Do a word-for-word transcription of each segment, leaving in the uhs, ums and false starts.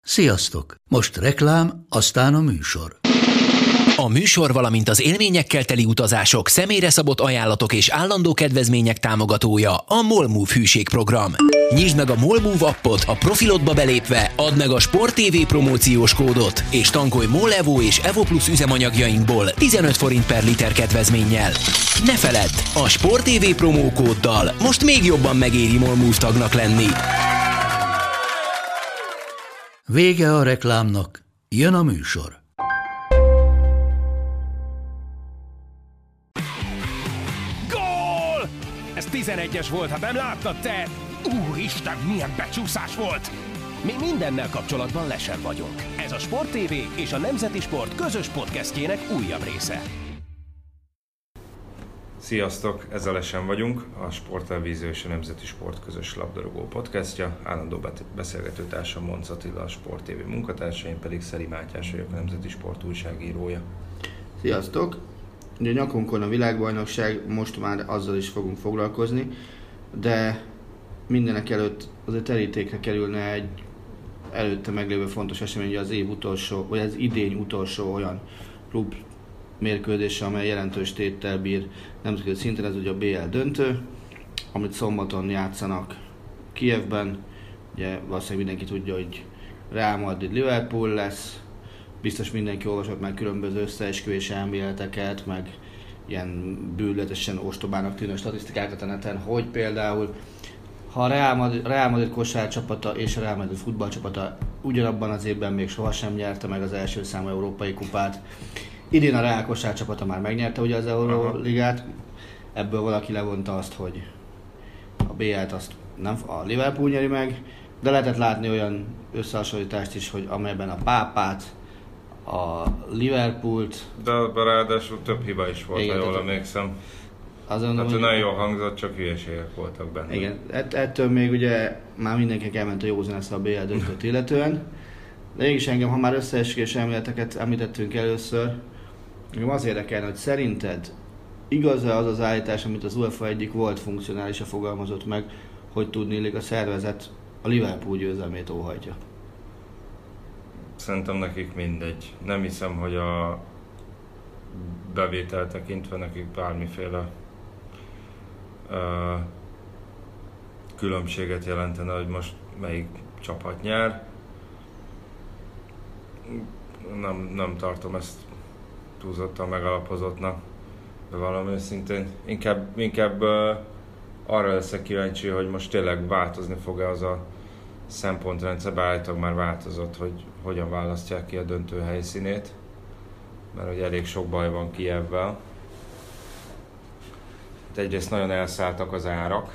Sziasztok! Most reklám, aztán a műsor. A műsor, valamint az élményekkel teli utazások, személyre szabott ajánlatok és állandó kedvezmények támogatója a MOLMOVE hűségprogram. Nyisd meg a MOLMOVE appot, a profilodba belépve add meg a Sport té vé promóciós kódot, és tankolj MOL Evo és Evo Plus üzemanyagjainkból tizenöt forint per liter kedvezménnyel. Ne feledd, a Sport té vé promókóddal most még jobban megéri MOLMOVE tagnak lenni. Vége a reklámnak, jön a műsor. Gól! Ez tizenegyes volt, ha nem láttad te! Úristen, milyen becsúszás volt! Mi mindennel kapcsolatban lesen vagyunk. Ez a Sport té vé és a Nemzeti Sport közös podcastjének újabb része. Sziasztok, ez a Lesen vagyunk, a Sporttelevízió és a Nemzeti Sport közös labdarúgó podcastja. Állandó beszélgetőtársam Monc Attila, a Sport té vé munkatársa, én pedig Szeli Mátyás vagyok, a Nemzeti Sport újságírója. Sziasztok! Ugye nyakunkon a világbajnokság, most már azzal is fogunk foglalkozni, de mindenek előtt azért terítékre kerülne egy előtte meglévő fontos esemény, az év utolsó, vagy az idény utolsó olyan klub mérkőzése, amely jelentős téttel bír nemzetközi szinten, ez ugye a bé el döntő, amit szombaton játszanak Kijevben. Ugye valószínűleg mindenki tudja, hogy Real Madrid Liverpool lesz, biztos mindenki olvasott meg különböző összeesküvés elméleteket, meg ilyen bűnletesen ostobának tűnő statisztikákat a neten, hogy például ha a Real Madrid, Real Madrid kosárcsapata és a Real Madrid futballcsapata ugyanabban az évben még sohasem nyerte meg az első számú európai kupát. Idén a Real kosárcsapata már megnyerte ugye az Euróligát, ebből valaki levonta azt, hogy a bé el-t azt nem a Liverpool nyeri meg, de lehetett látni olyan összehasonlítást is, hogy amelyben a pápát, a Liverpoolt... De ráadásul több hiba is volt, igen, ha jól emlékszem. Azon, tehát hogy... nagyon jól hangzott, csak hülyeségek voltak benne. Igen, ett, ettől még ugye már mindenkinek elment a józan esze a bé el döntőt illetően. De mégis engem, ha már összeesküvés elméleteket említettünk először, engem az érdekelne, hogy szerinted igaz-e az az állítás, amit az UEFA egyik volt funkcionálisa fogalmazott meg, hogy tudniillik a szervezet a Liverpool győzelmét óhajtja? Szerintem nekik mindegy. Nem hiszem, hogy a bevétel tekintve nekik bármiféle uh, különbséget jelentene, hogy most melyik csapat nyer. Nem, nem tartom ezt túlzottan megalapozottnak, de valami őszintén. Inkább, inkább uh, arra leszek kíváncsi, hogy most tényleg változni fog-e az a szempontrendszer, bár állítólag már változott, hogy hogyan választják ki a döntő helyszínét, mert hogy elég sok baj van Kijevvel. Egyrészt nagyon elszálltak az árak,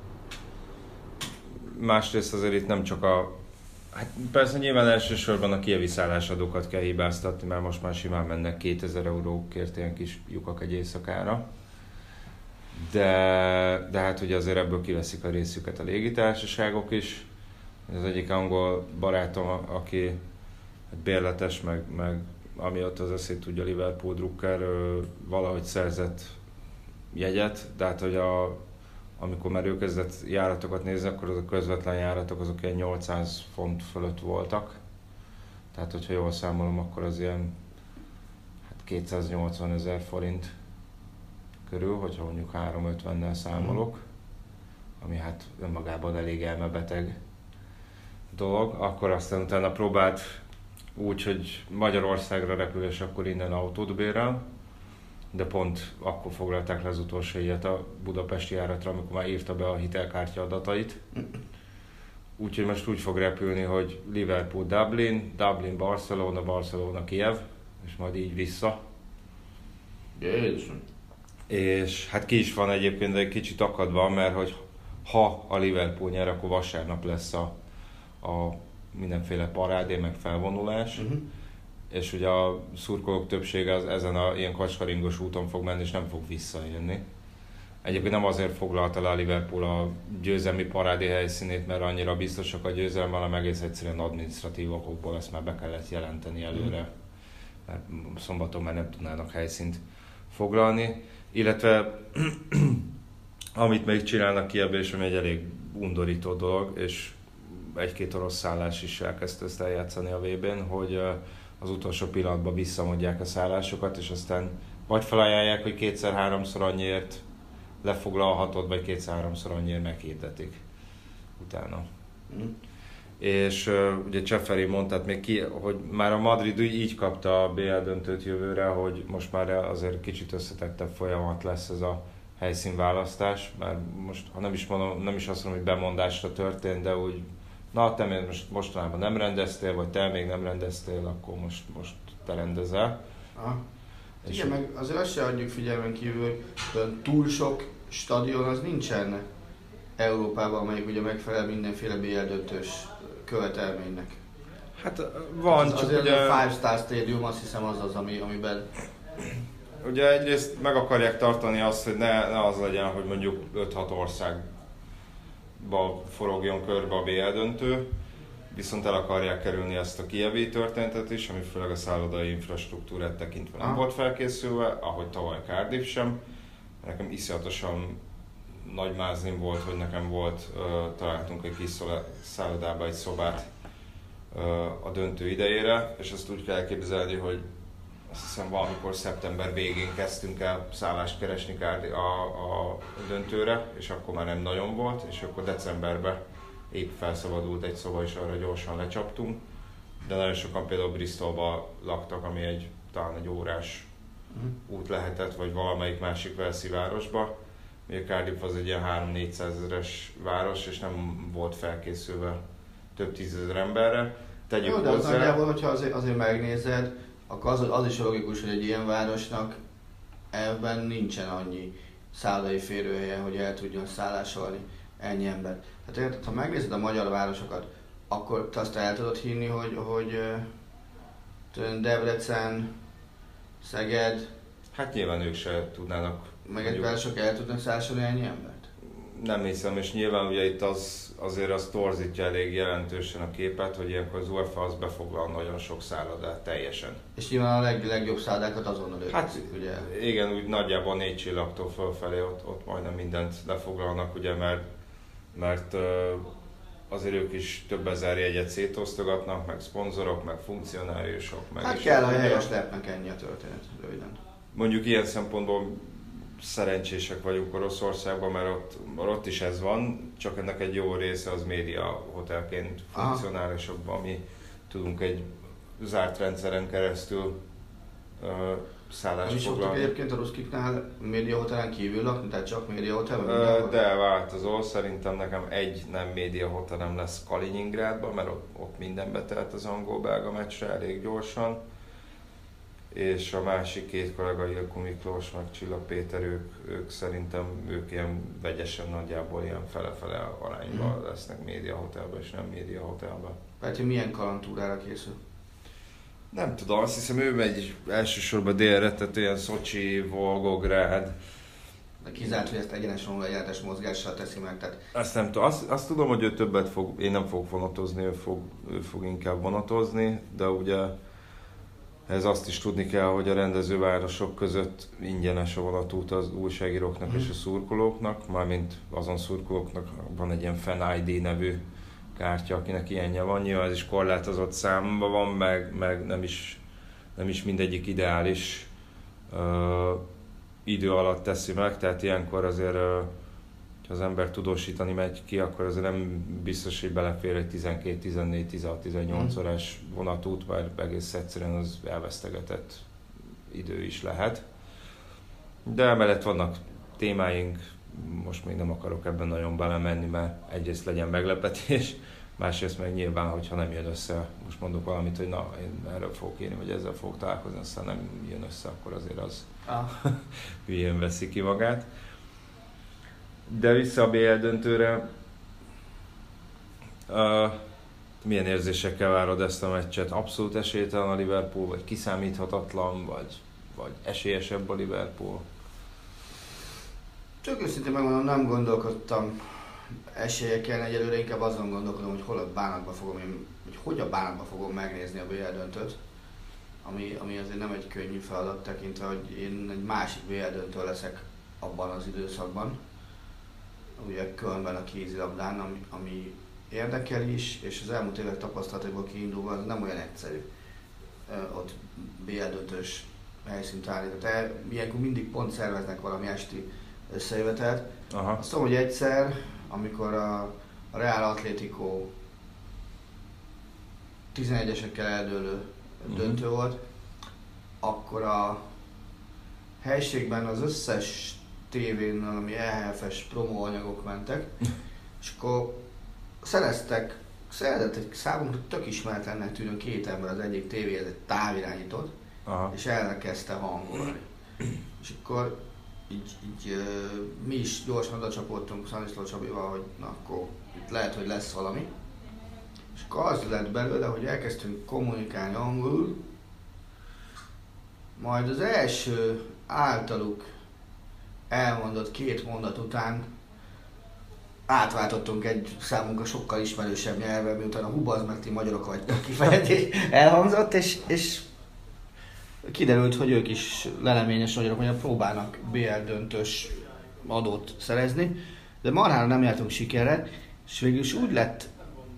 másrészt azért itt nem csak a... Hát persze nyilván elsősorban a kijevi szállásadókat kell hibáztatni, mert most már simán mennek kétezer eurókért ilyen kis lyukak egy éjszakára. De, de hát ugye azért ebből kiveszik a részüket a légitársaságok is. Az egyik angol barátom, aki bérletes, meg, meg amiatt az eszét tudja Liverpool drukker, valahogy szerzett jegyet, de hát hogy a, amikor már ő kezdett járatokat nézni, akkor az a közvetlen járatok azok ilyen nyolcszáz font fölött voltak. Tehát, hogyha jól számolom, akkor az ilyen hát kétszáznyolcvan ezer forint körül, hogyha mondjuk háromszázötvennel számolok, ami hát önmagában elég elmebeteg dolog. Akkor aztán utána próbált úgy, hogy Magyarországra repül, és akkor innen autót bérel, de pont akkor foglalták le az utolsó ilyet a budapesti járatra, amikor már írta be a hitelkártya adatait. Úgyhogy most úgy fog repülni, hogy Liverpool Dublin, Dublin Barcelona, Barcelona Kiev, és majd így vissza. Jézusom. És hát ki is van egyébként, de egy kicsit akadva, mert hogy ha a Liverpool nyer, akkor vasárnap lesz a, a mindenféle parádé, meg felvonulás. Uh-huh. És ugye a szurkolók többsége az ezen a ilyen kacskaringos úton fog menni, és nem fog visszajönni. Egyébként nem azért foglalta le a Liverpool a győzelmi parádé helyszínét, mert annyira biztosak a győzelem, hanem egész egyszerűen adminisztratív okokból ezt már be kellett jelenteni előre, mert szombaton már nem tudnának helyszínt foglalni. Illetve amit még csinálnak Kijevben, és ami egy elég undorító dolog, és egy-két orosz szállás is elkezdte ezt eljátszani a vé bén, hogy az utolsó pillanatban visszamondják a szállásokat, és aztán vagy felajánlják, hogy kétszer-háromszor annyiért lefoglalhatod, vagy kétszer-háromszor annyiért meghirdetik utána. Mm. És uh, ugye Cseferi mondta még ki, hogy már a Madrid így kapta a bé el döntőt jövőre, hogy most már azért kicsit összetettebb folyamat lesz ez a helyszínválasztás, mert most, ha nem is mondom, nem is azt mondom, hogy bemondásra történt, de úgy, na te most mostanában nem rendeztél, vagy te még nem rendeztél, akkor most, most te rendezel. Aha. Igen, meg azért azt se adjuk figyelmen kívül, hogy túl sok stadion az nincsen Európában, amelyik ugye megfelel mindenféle bé el döntős követelménynek. Hát van, az, csak azért ugye... a Five Star Stadium azt hiszem az az, ami, amiben... Ugye egyrészt meg akarják tartani azt, hogy ne, ne az legyen, hogy mondjuk öt-hat országba forogjon körbe a bé el döntő, viszont el akarják kerülni ezt a kijevi történetet is, ami főleg a szállodai infrastruktúrát tekintve nem ah. volt felkészülve, ahogy tavaly Cardiff sem. Nekem iszonyatosan nagy mázlim volt, hogy nekem volt, uh, találtunk egy kis szállodába egy szobát uh, a döntő idejére, és ezt úgy kell elképzelni, hogy azt hiszem valamikor szeptember végén kezdtünk el szállást keresni a, a döntőre, és akkor már nem nagyon volt, és akkor decemberben épp felszabadult egy szoba, és arra gyorsan lecsaptunk. De nagyon sokan például Bristolba laktak, ami egy, talán egy órás uh-huh. út lehetett, vagy valamelyik másik Walesi városba. Ugye Cardiff az egy ilyen három-négyszázezeres város, és nem volt felkészülve több tízezer emberre. Tegyük Jó, de hozzá... az nagyjából, hogyha azért, azért megnézed, akkor az, az is logikus, hogy egy ilyen városnak ebben nincsen annyi szállodai férőhelye, hogy el tudjon szállásolni ennyi ember. Tehát ha megnézed a magyar városokat, akkor te azt el tudod hinni, hogy, hogy Debrecen, Szeged... Hát nyilván ők se tudnának... Meg egy városok el tudnak szállásolni ennyi embert? Nem hiszem, és nyilván ugye itt az, azért az torzítja elég jelentősen a képet, hogy ilyenkor az u ef á az befoglal nagyon sok szállodát teljesen. És nyilván a leg, legjobb szállodákat azonnal ők hát, viszik, ugye? Igen, úgy nagyjából négy csillagtól fölfelé ott, ott majdnem mindent lefoglalnak, ugye, mert, mert azért ők is több ezer jegyet szétosztogatnak, meg szponzorok, meg funkcionáriusok. Meg hát kell, hogy helyes lepnek ennyi a történet, röviden. Mondjuk ilyen szempontból szerencsések vagyunk Oroszországban, mert ott, ott is ez van, csak ennek egy jó része az média hotelként funkcionál, és abban mi tudunk egy zárt rendszeren keresztül uh, szállást foglalni. És egyébként a ruszkiknál média hotelen kívül lakni, tehát csak média hotelben? Uh, de változó, szerintem nekem egy nem média hotelem lesz Kaliningrádban, mert ott, ott minden betelt az angol-belga meccsre elég gyorsan. És a másik két kollega, Ilko Miklós, meg Csillag Péter, ők, ők szerintem ők ilyen vegyesen nagyjából ilyen fele-fele arányban mm. lesznek média hotelben és nem média hotelben. Peti, milyen kalandtúrára készül? Nem tudom, azt hiszem ő megy elsősorban délre, tehát olyan Szocsi, Volgográd. De kizárt, hogy ezt egyenes vonaljáratos mozgással teszi meg, tehát... Azt nem tudom, azt, azt tudom, hogy ő többet fog, én nem fogok vonatozni, ő fog, ő fog inkább vonatozni, de ugye ez azt is tudni kell, hogy a rendezővárosok között ingyenes a vonatút az újságíróknak mm. és a szurkolóknak, mármint azon szurkolóknak van egy ilyen Fan i dé nevű kártya, akinek ilyenje van, nyilván ez is korlátozott számban van, meg, meg nem, is, nem is mindegyik ideális uh, idő alatt teszi meg, tehát ilyenkor azért, uh, ha az ember tudósítani megy ki, akkor azért nem biztos, hogy belefér egy tizenkét, tizennégy, tizenhat, tizennyolc órás vonatút, mert egész egyszerűen az elvesztegetett idő is lehet. De emellett vannak témáink, most még nem akarok ebben nagyon belemenni, mert egyrészt legyen meglepetés, másrészt meg nyilván, hogyha nem jön össze, most mondok valamit, hogy na, én erről fogok írni, vagy ezzel fogok találkozni, aztán nem jön össze, akkor azért az ah. hülyén veszi ki magát. De vissza a bé el döntőre, uh, milyen érzésekkel várod ezt a meccset? Abszolút esélytelen a Liverpool, vagy kiszámíthatatlan, vagy, vagy esélyesebb a Liverpool? Csak őszintén megmondom, nem gondolkodtam esélyekkel, egyelőre inkább azon gondolkodom, hogy hol a bánatba fogom én, hogy hogy a bánatba fogom megnézni a bé el döntőt, ami, ami azért nem egy könnyű feladat tekintve, hogy én egy másik bé el döntő leszek abban az időszakban. Ugye Kölnben a kézilabdán, ami, ami érdekel is, és az elmúlt évek tapasztalataiból kiindulva az nem olyan egyszerű ott bé el döntős helyszínt állni. Tehát ilyenkor mindig pont szerveznek valami esti összejövetelt. Azt tudom, hogy egyszer, amikor a, a Real Atlético tizenegyesekkel eldőlő uh-huh. döntő volt, akkor a helységben az összes tévén valami é há ef-es promóanyagok mentek, és akkor szereztek, szerzett egy számunkra tök ismeretlennek tűnő két ember az egyik tévéhez egy távirányítót, aha. és elkezdte hangolni. És akkor így, így uh, mi is gyorsan oda csapoltunk Szaniszló Csabival, hogy na akkor itt lehet, hogy lesz valami. És akkor az lett belőle, hogy elkezdtünk kommunikálni angolul, majd az első általuk elmondott két mondat után átváltottunk egy számunkra sokkal ismerősebb nyelvre, miután a hú, az meg ti magyarok vagytok kifejezés elhangzott, és, és kiderült, hogy ők is leleményes magyarok, hogy próbálnak bé el döntős adót szerezni, de marhára nem jártunk sikerre, és végül is úgy lett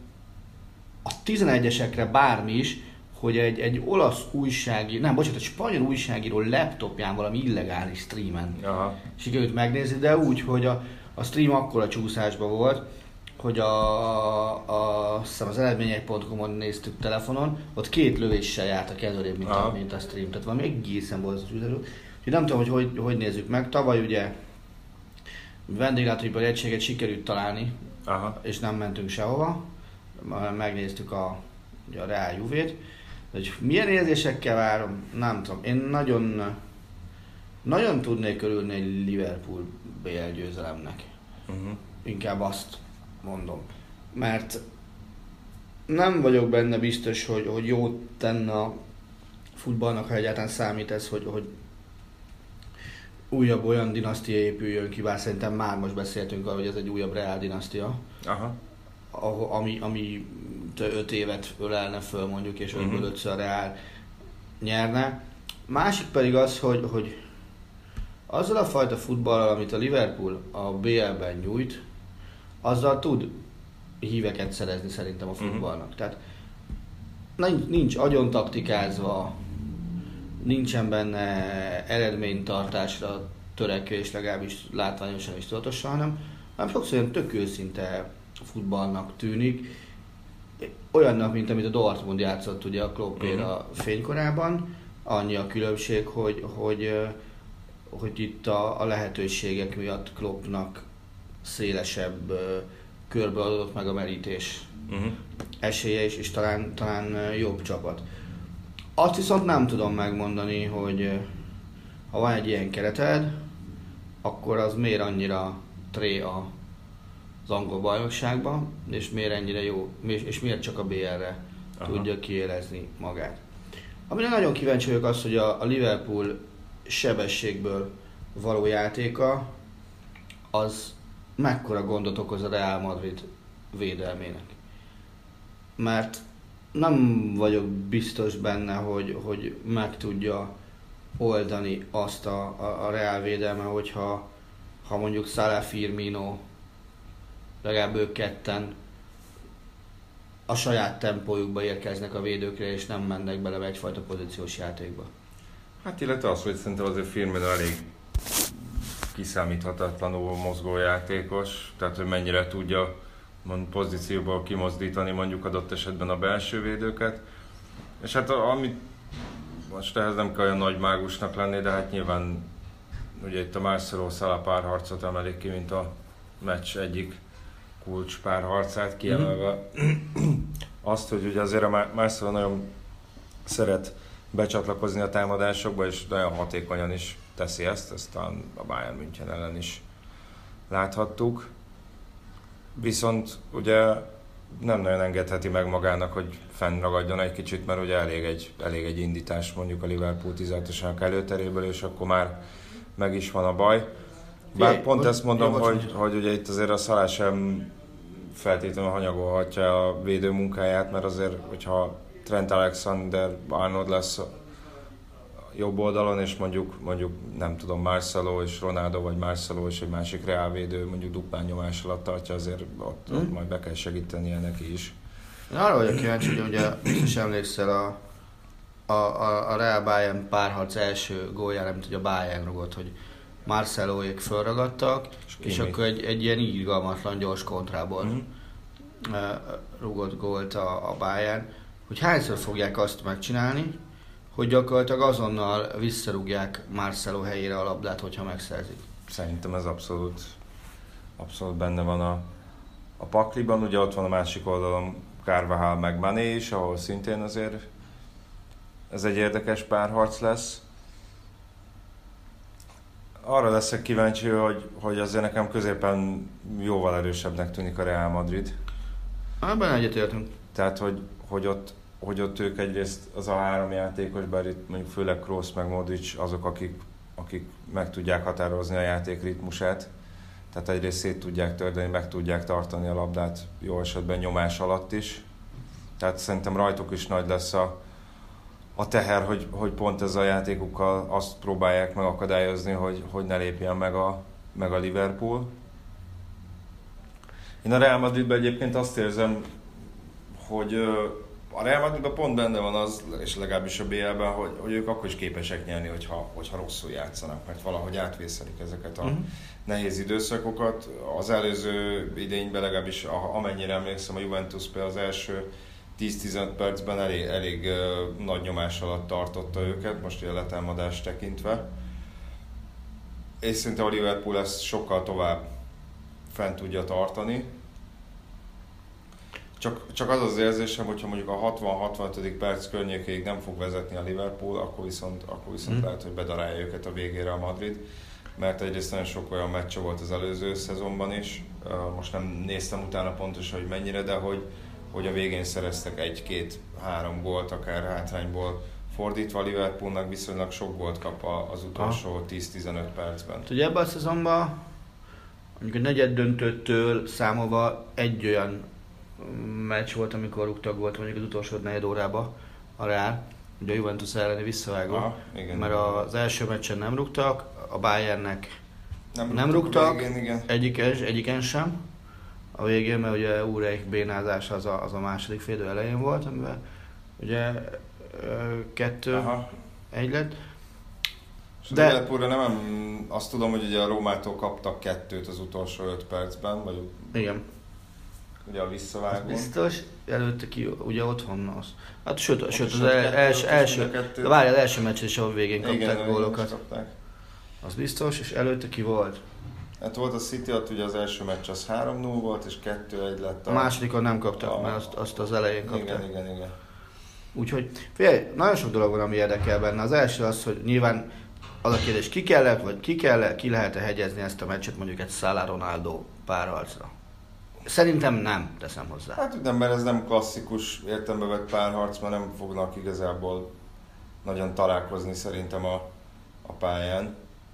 a tizenegyesekre bármi is, hogy egy, egy olasz újságíró, nem, bocsánat, egy spanyol újságíró laptopján valami illegális streamen aha. sikerült megnézni, de úgy, hogy a, a stream akkora csúszásban volt, hogy a, a, azt hiszem az eredmények pont com-on néztük telefonon, ott két lövéssel jártak előrébb, mint, a, mint a stream, tehát valami egészen volt az üzenő. Úgyhogy nem tudom, hogy, hogy hogy nézzük meg. Tavaly ugye vendéglátóipari egységet sikerült találni, aha. és nem mentünk sehova. Megnéztük a, a Real Juvét. Hogy milyen érzésekkel várom, nem tudom. Én nagyon, nagyon tudnék örülni egy Liverpool bé el győzelemnek. Uh-huh. Inkább azt mondom. Mert nem vagyok benne biztos, hogy, hogy jót tenne a futballnak, ha egyáltalán számít ez, hogy, hogy újabb olyan dinasztia épüljön ki, bár szerintem már most beszéltünk arról, hogy ez egy újabb Real dinasztia. Aha. Ami, ami öt évet ölelne föl mondjuk, és ötből uh-huh. ötször Real nyerne. Másik pedig az, hogy, hogy azzal a fajta futballal, amit a Liverpool a bé el-ben nyújt, azzal tud híveket szerezni szerintem a futballnak. Uh-huh. Tehát nincs, nincs agyon taktikázva, nincsen benne eredménytartásra törekvés, legalábbis látványosan és tudatosan, hanem, hanem sokszor ilyen tök őszinte futballnak tűnik. Olyannak, mint amit a Dortmund játszott ugye a Kloppéra uh-huh. fénykorában. Annyi a különbség, hogy, hogy, hogy itt a, a lehetőségek miatt Kloppnak szélesebb körbe adott meg a merítés uh-huh. esélye is, és talán, talán jobb csapat. Azt viszont nem tudom megmondani, hogy ha van egy ilyen kereted, akkor az miért annyira tré a az angol bajnokságban, és miért ennyire jó, és miért csak a bé el-re aha. tudja kiélezni magát. Amire nagyon kíváncsi vagyok az, hogy a, a Liverpool sebességből való játéka, az mekkora gondot okoz a Real Madrid védelmének. Mert nem vagyok biztos benne, hogy, hogy meg tudja oldani azt a, a, a Real védelme, hogyha ha mondjuk Salah, Firmino, legalább ők ketten a saját tempójukba érkeznek a védőkre, és nem mennek bele egyfajta pozíciós játékba. Hát illetve az, hogy szerintem azért Firmino elég kiszámíthatatlanul mozgó játékos, tehát hogy mennyire tudja pozícióból kimozdítani mondjuk adott esetben a belső védőket. És hát amit most ehhez nem kell olyan nagy mágusnak lenni, de hát nyilván ugye itt a Marcelo-Salah párharcot emelik ki, mint a meccs egyik kulcs párharcát, kiemelve mm-hmm. azt, hogy ugye azért a Marcelo nagyon szeret becsatlakozni a támadásokba, és nagyon hatékonyan is teszi ezt, ezt a Bayern München ellen is láthattuk. Viszont ugye nem nagyon engedheti meg magának, hogy fennragadjon egy kicsit, mert ugye elég egy, elég egy indítás mondjuk a Liverpool tizenhatosának előteréből, és akkor már meg is van a baj. Bár Jé, pont ezt mondom, jó, hogy, hogy ugye itt azért a Salah sem feltétlenül hanyagolhatja a védő munkáját, mert azért, hogyha Trent Alexander-Arnold lesz jobb oldalon, és mondjuk, mondjuk nem tudom, Marcelo és Ronaldo, vagy Marcelo és egy másik Real védő mondjuk duplán nyomás alatt tartja, azért ott, hmm. ott majd be kell segítenie neki is. Én arra vagyok kíváncsi, hogy ugye biztos emlékszel a, a, a, a Real Bayern párharc első góljára, amit ugye a Bayern rugott, hogy Marcelóék fölragadtak, és, és akkor egy, egy ilyen irgalmatlan gyors kontrából mm-hmm. rugott gólt a, a Bayern. Hogy hányszor fogják azt megcsinálni, hogy gyakorlatilag azonnal visszarúgják Marcelo helyére a labdát, hogyha megszerzik. Szerintem ez abszolút, abszolút benne van a, a pakliban. Ugye ott van a másik oldalon Carvajal meg Mané is, ahol szintén azért ez egy érdekes párharc lesz. Arra leszek kíváncsi, hogy, hogy azért nekem középen jóval erősebbnek tűnik a Real Madrid. Ebben egyetértünk. Tehát, hogy, hogy, ott, hogy ott ők egyrészt az a három játékos, bár itt mondjuk főleg Kroos meg Modric azok, akik, akik meg tudják határozni a játék ritmusát. Tehát egyrészt szét tudják tördeni, meg tudják tartani a labdát jó esetben nyomás alatt is. Tehát szerintem rajtuk is nagy lesz a, a teher, hogy, hogy pont ezzel a játékukkal azt próbálják megakadályozni, hogy, hogy ne lépjen meg a, meg a Liverpool. Én a Real Madridben egyébként azt érzem, hogy a Real Madridben pont benne van az, és legalábbis a bé el-ben, hogy, hogy ők akkor is képesek nyerni, hogyha, hogyha rosszul játszanak, mert valahogy átvészelik ezeket a uh-huh. nehéz időszakokat. Az előző idényben legalábbis, amennyire emlékszem, a Juventus például az első tíz-tizenöt percben elég, elég uh, nagy nyomás alatt tartotta őket, most ilyen letámadást tekintve. És szerintem a Liverpool ezt sokkal tovább fent tudja tartani. Csak, csak az az érzésem, hogyha mondjuk a hatvan-hatvanötödik perc környékéig nem fog vezetni a Liverpool, akkor viszont, akkor viszont mm. lehet, hogy bedarálja őket a végére a Madrid. Mert egyrészt nagyon sok olyan meccse volt az előző szezonban is. Most nem néztem utána pontosan, hogy mennyire, de hogy, hogy a végén szereztek egy-két-három gólt, akár hátrányból fordítva. A Liverpoolnak viszonylag sok gólt kap az utolsó ah. tíz-tizenöt percben. Ugye ebben a szezonban mondjuk a negyed döntőtől számolva egy olyan meccs volt, amikor rúgtak volt mondjuk az utolsó negyed órában a Real, ugye a Juventus elleni visszavágó, ah, igen, mert az első meccsen nem rúgtak, a Bayernnek nem, nem rúgtak, végén, igen. Egyiken, egyiken sem a végén, mert ugye Úrejk bénázás az a, az a második félidő elején volt, amivel ugye kettő, aha. egy lett. De a Liverpoolra nem, azt tudom, hogy ugye a Rómától kaptak kettőt az utolsó öt percben, vagy igen. Ugye a visszavágón. Biztos, előtte ki, ugye otthon az. Hát sőt, ott sőt az el, első, első, de várjál, az első meccs is, ahol végén kapták igen, gólokat. Kapták. Az biztos, és előtte ki volt? Hát volt a City, ott ugye az első meccs az három null volt, és kettő egy lett. A, a másodikon nem kaptak, a, mert azt, azt az elején kapták. Igen, igen, igen. Úgyhogy, figyelj, nagyon sok dolog van, ami érdekel benne. Az első az, hogy nyilván az a kérdés, ki kellett, vagy ki kellett, ki lehet-e hegyezni ezt a meccset mondjuk egy Salah-Ronaldo párharcra? Szerintem nem, teszem hozzá. Hát nem, mert ez nem klasszikus értelembe vett párharc, mert nem fognak igazából nagyon találkozni szerintem a, a pályán.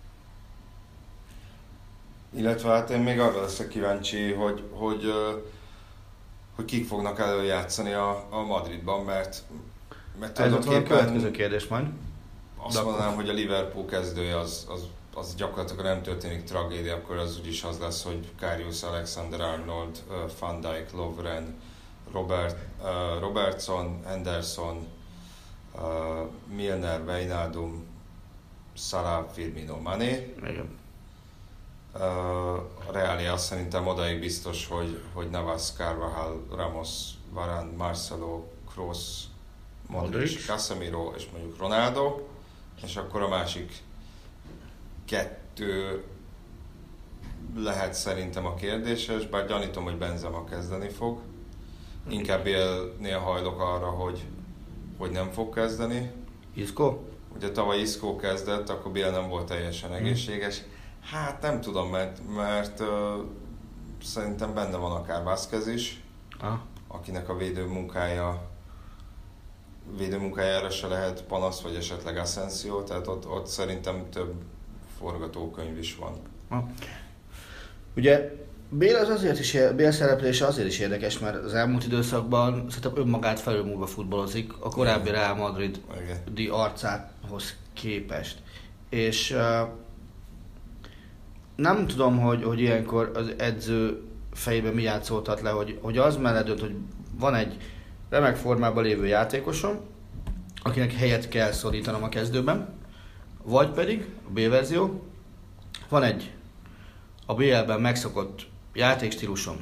Illetve hát én még arra leszek kíváncsi, hogy, hogy, hogy kik fognak előjátszani a, a Madridban, mert, mert tulajdonképpen... Ez a következő kérdés majd. Azt mondanám, hogy a Liverpool kezdője az, az, az gyakorlatilag nem történik tragédia, akkor az úgyis az lesz, hogy Karius, Alexander-Arnold, Van Dijk, Lovren, Robert, uh, Robertson, Henderson, uh, Milner, Wijnaldum, Salah, Firmino, Mané. Igen. Uh, a Reali azt szerintem odaig biztos, hogy, hogy Navas, Carvajal, Ramos, Varane, Marcelo, Kroos, Modric, Casemiro és mondjuk Ronaldo, és akkor a másik kettő lehet szerintem a kérdéses, bár gyanítom, hogy Benzema kezdeni fog. Inkább élnél hajlok arra, hogy, hogy nem fog kezdeni. Isco? Ugye tavaly Isco kezdett, akkor Bale nem volt teljesen egészséges. Hát nem tudom, mert, mert uh, szerintem benne van akár Vázquez is, ah. akinek a védőmunkája védőmunkájára se lehet panasz, vagy esetleg Asensio, tehát ott, ott szerintem több forgatókönyv is van. Ah. Ugye Bale az azért is, Bale szereplése azért is érdekes, mert az elmúlt időszakban szerintem önmagát felülmúlva futballozik, a korábbi Real Madrid-di arcához képest. És uh, nem tudom, hogy, hogy ilyenkor az edző fejében mi játszódhat le, hogy, hogy az mellett dönt, hogy van egy remek formában lévő játékosom, akinek helyet kell szorítanom a kezdőben, vagy pedig a B-verzió, van egy a bé el-ben megszokott játékstílusom,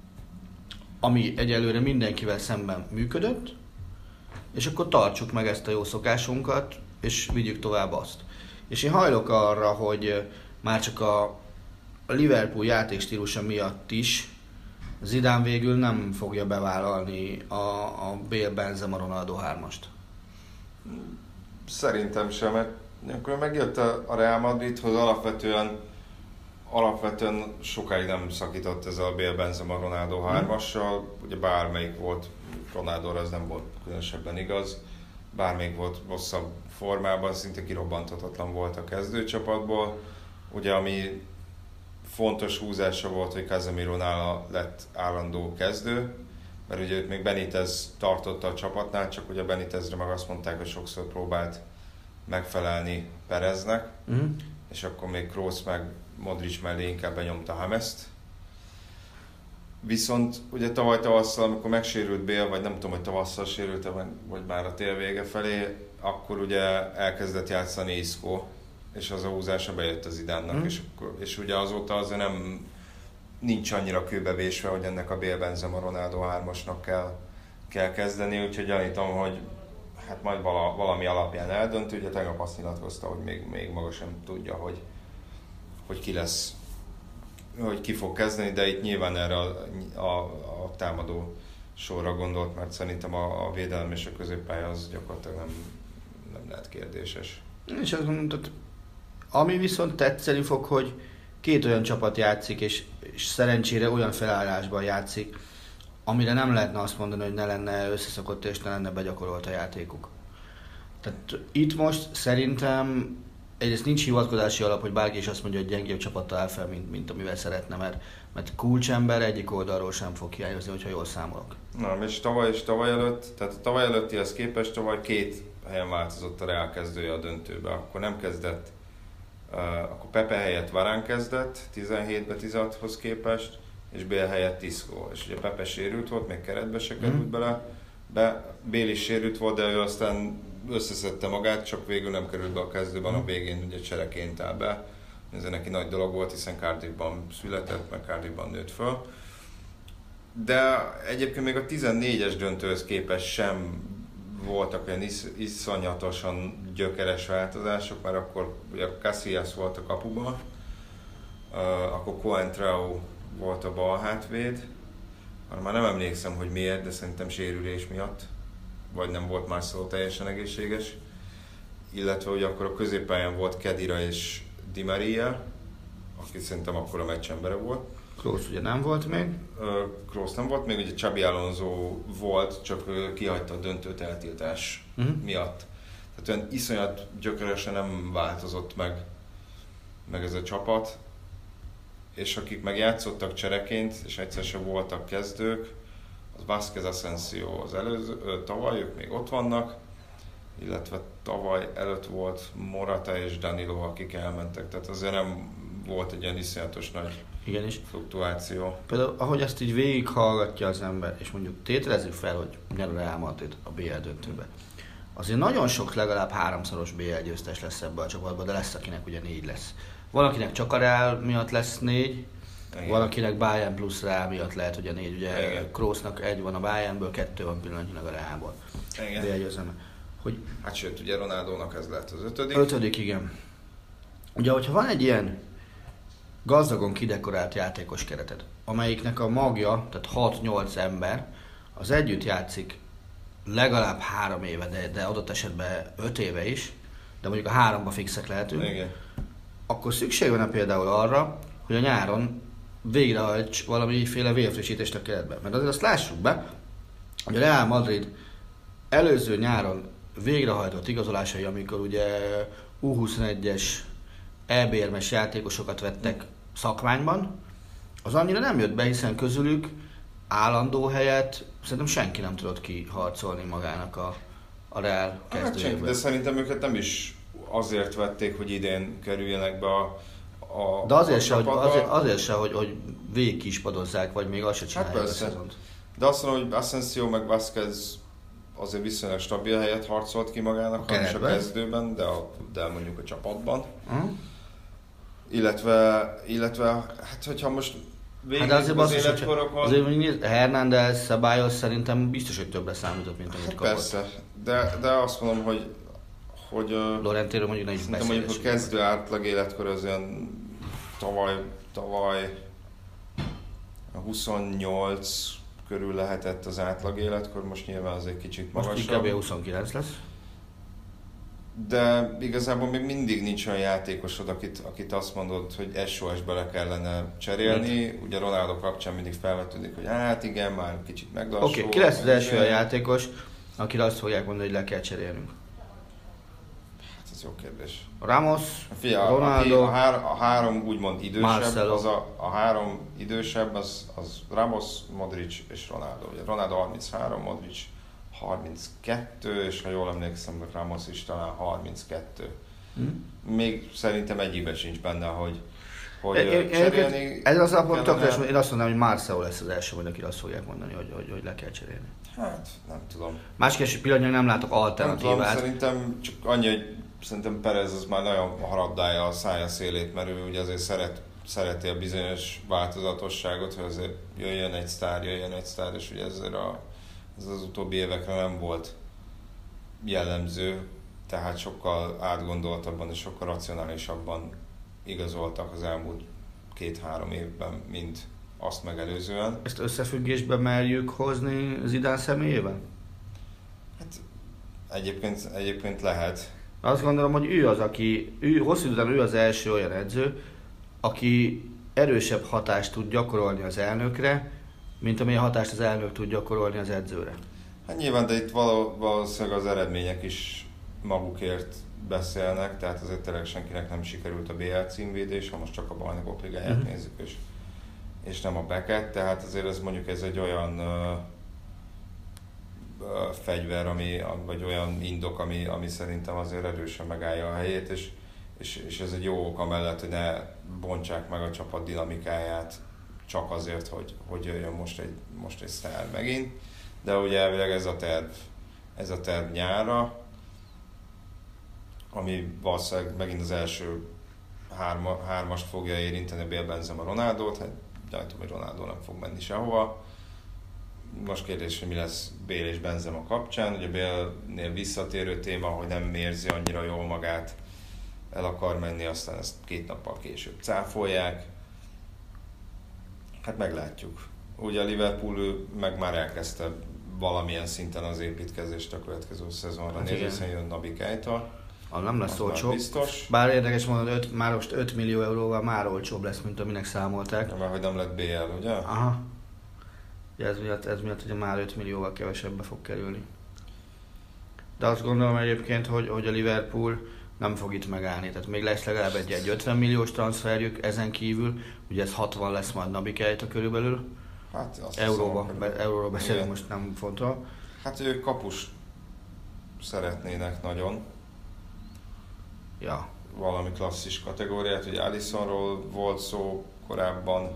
ami egyelőre mindenkivel szemben működött, és akkor tartsuk meg ezt a jó szokásunkat, és vigyük tovább azt. És én hajlok arra, hogy már csak a Liverpool játékstílusa miatt is Zidane végül nem fogja bevállalni a, a Bale-Benzema Ronaldo hármast. Szerintem sem, mert akkor megjött a Real Madridhoz, alapvetően alapvetően sokáig nem szakított ez a Bale-Benzema Ronaldo hármassal, ugye bármelyik volt, Ronaldóra az nem volt különösebben igaz, bármelyik volt rosszabb formában, szinte kirobbanthatatlan volt a kezdőcsapatból. Ugye ami fontos húzása volt, hogy Casemironál lett állandó kezdő, mert ugye őt még Benitez tartotta a csapatnál, csak ugye Benitezre meg azt mondták, hogy sokszor próbált megfelelni Pereznek, uh-huh. és akkor még Kroos meg Modric mellé inkább benyomta Jamest. Viszont ugye tavaly tavasszal, amikor megsérült Bale, vagy nem tudom, hogy tavasszal sérült, vagy már a tél vége felé, akkor ugye elkezdett játszani Isco, és az a húzása bejött az Zidane-nak, mm. és, és ugye azóta azért nem nincs annyira kőbevésve, hogy ennek a Bale-Benzema Ronaldo hármasnak kell, kell kezdeni, úgyhogy gyanítom, hogy hát majd vala, valami alapján eldönt, ugye tegnap azt nyilatkozta, hogy még, még maga sem tudja, hogy, hogy ki lesz, hogy ki fog kezdeni, de itt nyilván erre a, a, a támadó sorra gondolt, mert szerintem a, a védelem és a középpálya az gyakorlatilag nem, nem lehet kérdéses. És azt mondom, ami viszont tetszeni fog, hogy két olyan csapat játszik, és, és szerencsére olyan felállásban játszik, amire nem lehetne azt mondani, hogy ne lenne összeszokott és ne lenne begyakorolt a játékuk. Tehát itt most szerintem egyrészt nincs hivatkozási alap, hogy bárki is azt mondja, hogy gyengébb csapattal áll fel, mint, mint amivel szeretne, mert, mert kulcsember egyik oldalról sem fog hiányozni, hogyha jól számolok. Na, és tavaly és tavaly előtt, tehát a tavaly előttihez képest tavaly két helyen változott a Real kezdője a döntőbe. Akkor nem kezdett, uh, akkor Pepe helyett Varane kezdett tizenhétbe tizenhathoz képest, és Bale helyett Isco. És ugye Pepe sérült volt, még keretbe se került mm. bele, be, Bale is sérült volt, de ő aztán összeszedte magát, csak végül nem került be a kezdőben, a végén ugye csereként áll be. Ez neki nagy dolog volt, hiszen Cardiffban született, meg Cardiffban nőtt föl. De egyébként még a tizennégyes döntőhöz képest sem voltak olyan is, iszonyatosan gyökeres változások, mert akkor ugye Casillas volt a kapuban, uh, akkor Coentrao volt a bal hátvéd, már nem emlékszem, hogy miért, de szerintem sérülés miatt, vagy nem volt Marcelo teljesen egészséges, illetve ugye akkor a középpályán volt Khedira és Di Maria, aki szerintem akkor a meccsembere volt. Kroos ugye nem volt még? Kroos nem volt még, ugye Xabi Alonso volt, csak kihagyta a döntőt eltiltás uh-huh. miatt. Tehát olyan iszonyat gyökeresen nem változott meg, meg ez a csapat, és akik meg játszottak csereként, és egyszer sem voltak kezdők, az Vázquez, Asensio az előző, tavaly, ők még ott vannak, illetve tavaly előtt volt Morata és Danilo, akik elmentek, tehát azért nem volt egy ilyen iszonyatos nagy Igenis. fluktuáció. Például, ahogy ezt így végighallgatja az ember, és mondjuk tételezzük fel, hogy nyer a Real Madrid a bé el döntőbe. Azért nagyon sok, legalább háromszoros bé el győztes lesz ebbe a csapatban, de lesz, akinek ugye négy lesz. Valakinek csak a Real miatt lesz négy, igen. Valakinek Bayern plusz Real miatt lehet ugye négy. Ugye Kroosnak egy van a Bayernből, kettő van pillanatnyilag a Realból. bé el győzelme. Hogy hát sőt, ugye Ronaldónak ez lehet az ötödik. Ötödik, igen. Ugye, hogyha van egy ilyen gazdagon kidekorált játékos kereted, amelyiknek a magja, tehát hat-nyolc ember, az együtt játszik legalább három éve, de, de adott esetben öt éve is, de mondjuk a háromba fixek lehetünk, igen. Akkor szükség van például arra, hogy a nyáron végrehajts valamiféle vérfrissítést a keretben. Mert azért azt lássuk be, hogy a Real Madrid előző nyáron végrehajtott igazolásai, amikor ugye U huszonegyes é bé er-mes játékosokat vettek szakmányban, az annyira nem jött be, hiszen közülük állandó helyet szerintem senki nem tudott kiharcolni magának a, a Real kezdőjéből. Hát, de szerintem őket nem is azért vették, hogy idén kerüljenek be a, a De azért a se, hogy, csapatba. azért, azért se, hogy, hogy végig kispadozzák, vagy még azt se csinálják Hát a persze. szezont. De azt mondom, hogy Asensio meg Vázquez azért viszonylag stabil helyet harcolt ki magának, A nem is a keretben. kezdőben, de, a, de mondjuk a csapatban. Uh-huh. Illetve, illetve, hát hogyha most végig Hát azért az basszus, hogyha, életkorokon... azért mondjuk Hernández, Ceballos szerintem biztos, hogy többre számított, mint amit Hát kapott. persze, de, de azt mondom, hogy, hogy Lorentéről mondjuk ne is szerintem mondjuk a beszélgessünk. kezdő átlag életkor az olyan tavaly, tavaly huszonnyolc körül lehetett az átlag életkor, most nyilván az egy kicsit Most magasabb. így kb. huszonkilenc lesz. De igazából még mindig nincs olyan játékosod, akit, akit azt mondod, hogy es o es-be le kellene cserélni. Hmm. Ugye Ronaldo kapcsán mindig felvetődik, hogy hát igen, már kicsit meglassul. Oké, okay, ki lesz az meg első izé. olyan játékos, akire azt fogják mondani, hogy le kell cserélnünk? Hát ez jó kérdés. Ramos, Figyelj, Ronaldo, a, hár, a három úgymond idősebb, Marcelo. az a, a három idősebb, az, az Ramos, Modric és Ronaldo. Ugye Ronaldo harminchárom, Modric harminckettő, és ha jól emlékszem, Ramos is talán harminckettő. Hm? Még szerintem egyikben sincs benne, hogy, hogy Én- én- cserélni én- Ez az alapon kellene. tökéletes, én azt mondanám, hogy Marcelo lesz az első, majd akire azt fogják mondani, hogy, hogy, hogy le kell cserélni. Hát, nem tudom. Másik eset pillanatnyilag nem látok Nem tudom, alternatívát. szerintem csak annyi, hogy szerintem Perez az már nagyon harabdálja a szája szélét, mert ő ugye azért szeret, szereti a bizonyos változatosságot, hogy azért jöjjön egy sztár, jöjjön egy sztár, és ugye ezért a, ez az utóbbi évekre nem volt jellemző, tehát sokkal átgondoltabban és sokkal racionálisabban igazoltak az elmúlt két-három évben, mint azt megelőzően. Ezt összefüggésbe merjük hozni Zidane személyében? Hát egyébként, egyébként lehet. Azt gondolom, hogy ő az, aki, ő, hosszú időn ő az első olyan edző, aki erősebb hatást tud gyakorolni az elnökre, mint amilyen hatást az elnök tud gyakorolni az edzőre. Hát nyilván, de itt való, valószínűleg az eredmények is magukért beszélnek, tehát azért tényleg senkinek nem sikerült a bé el címvédés, ha most csak a Bajnokok Ligáját Mhm. nézzük, és, és nem a Beckett, tehát azért ez mondjuk ez egy olyan ö, ö, fegyver, ami, vagy olyan indok, ami, ami szerintem azért erősen megállja a helyét, és, és, és ez egy jó ok amellett, hogy ne bontsák meg a csapat dinamikáját csak azért, hogy, hogy jöjjön most egy, most egy sztár megint. De ugye elvileg ez a terv, ez a terv nyárra, ami valószínűleg megint az első hárma, hármast fogja érinteni, Bale, Benzema, Ronaldót, hát gyanítom, hogy Ronaldo nem fog menni sehova. Most kérdés, hogy mi lesz Bale és Benzema kapcsán. Ugye Bale-nél visszatérő téma, hogy nem érzi annyira jól magát, el akar menni, aztán ezt két nappal később cáfolják. Hát meglátjuk. Ugye a Liverpool ő meg már elkezdte valamilyen szinten az építkezést a következő szezonra. Hát Nézve, igen. hogy jön Naby Keita. Az nem lesz Az már olcsó. biztos. Bár érdekes mondani, öt, már most öt millió euróval már olcsóbb lesz, mint aminek számolták. Mert hogy nem lett bé el, ugye? Aha. Ja, ez miatt, ez miatt ugye már öt millióval kevesebbe fog kerülni. De azt gondolom egyébként, hogy, hogy a Liverpool nem fog itt megállni. Tehát még lesz legalább egy, egy ötven milliós transferjük ezen kívül. Ugye ez hatvan lesz majd Naby Keita körülbelül. Hát azt Euróba, hiszem, be, euróról beszélünk, igen. most nem fontol. Hát ők kapust szeretnének nagyon. Ja. Valami klasszis kategóriát, ugye Alissonról volt szó korábban.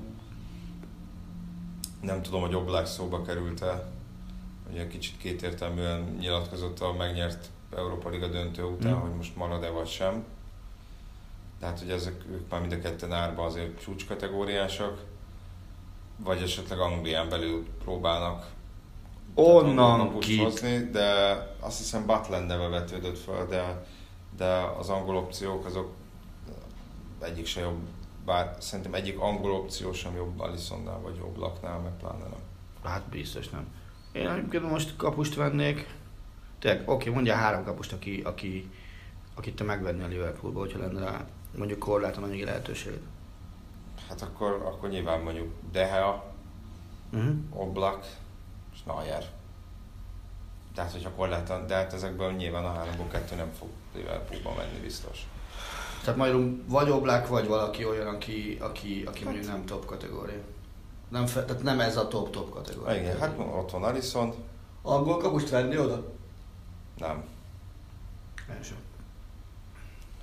Nem tudom, hogy Oblak szóba került-e. Ugye kicsit kétértelműen nyilatkozott a megnyert Európa Liga döntő után, Mm. hogy most marad-e vagy sem. Tehát ugye ezek, ők már mind a ketten árba azért csúcskategóriásak. Vagy esetleg Anglián belül próbálnak Onnan tehát kapust ki. hozni, de azt hiszem Butland neve vetődött fel, de, de az angol opciók azok egyik se jobb, bár szerintem egyik angol opció sem jobb Alissonnál vagy Oblaknál, meg pláne nem. Hát biztos nem. Én egyébként most kapust vennék. Tényleg, oké, mondja három kapust, aki, aki, akit te megvenni a Liverpoolba, hogyha lenne rá mondjuk korláton anyagi lehetőséged. Hát akkor, akkor nyilván mondjuk De Gea, Uh-huh. Oblak és Neuer. Tehát, hogyha korlátan, de hát ezekből nyilván a háromból kettő nem fog Liverpoolba menni biztos. Tehát majd vagy Oblak, vagy valaki olyan, aki, aki, aki mondjuk nem top kategória. Nem, fe, tehát nem ez a top-top kategória. Igen, hát ott van Alisson, Angol kapust venni oda? nem. Nem sem.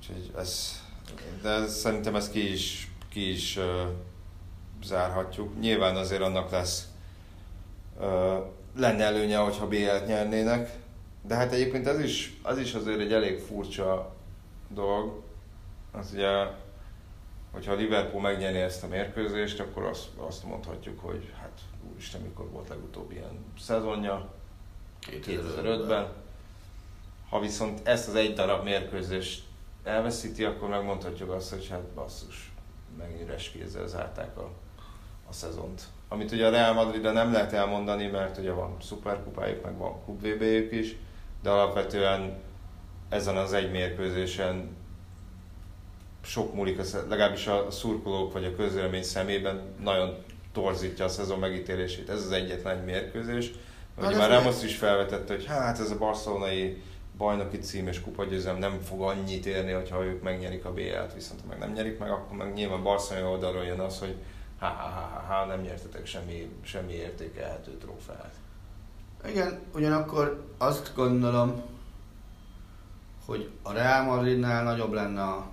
Úgyhogy ez, de szerintem ezt ki is, ki is uh, zárhatjuk. Nyilván azért annak lesz uh, lenne előnye, hogyha bé el-t nyernének, de hát egyébként ez is, az is azért egy elég furcsa dolog. Az ugye, hogyha a Liverpool megnyerni ezt a mérkőzést, akkor azt, azt mondhatjuk, hogy hát úristen, mikor volt legutóbb ilyen szezonja, kétezer-ötben. Ha viszont ezt az egy darab mérkőzést elveszíti, akkor megmondhatjuk azt, hogy hát basszus, megint üres kézzel zárták a, a szezont. Amit ugye a Real Madridra nem lehet elmondani, mert ugye van szuperkupájuk, meg van Kup vé bé-jük is, de alapvetően ezen az egy mérkőzésen sok múlik, legalábbis a szurkolók vagy a közvélemény szemében nagyon torzítja a szezon megítélését. Ez az egyetlen mérkőzés. Ugye már Ramos is felvetette, hogy hát ez a barcelonai bajnoki cím és kupagyőzelem nem fog annyit érni, hogyha ők megnyerik a bé el-t, viszont ha meg nem nyerik meg, akkor meg nyilván barcelonai oldalról jön az, hogy há, há, há, há, nem nyertetek semmi, semmi értékelhető trófeát. Igen, ugyanakkor azt gondolom, hogy a Real Madridnál nagyobb lenne a,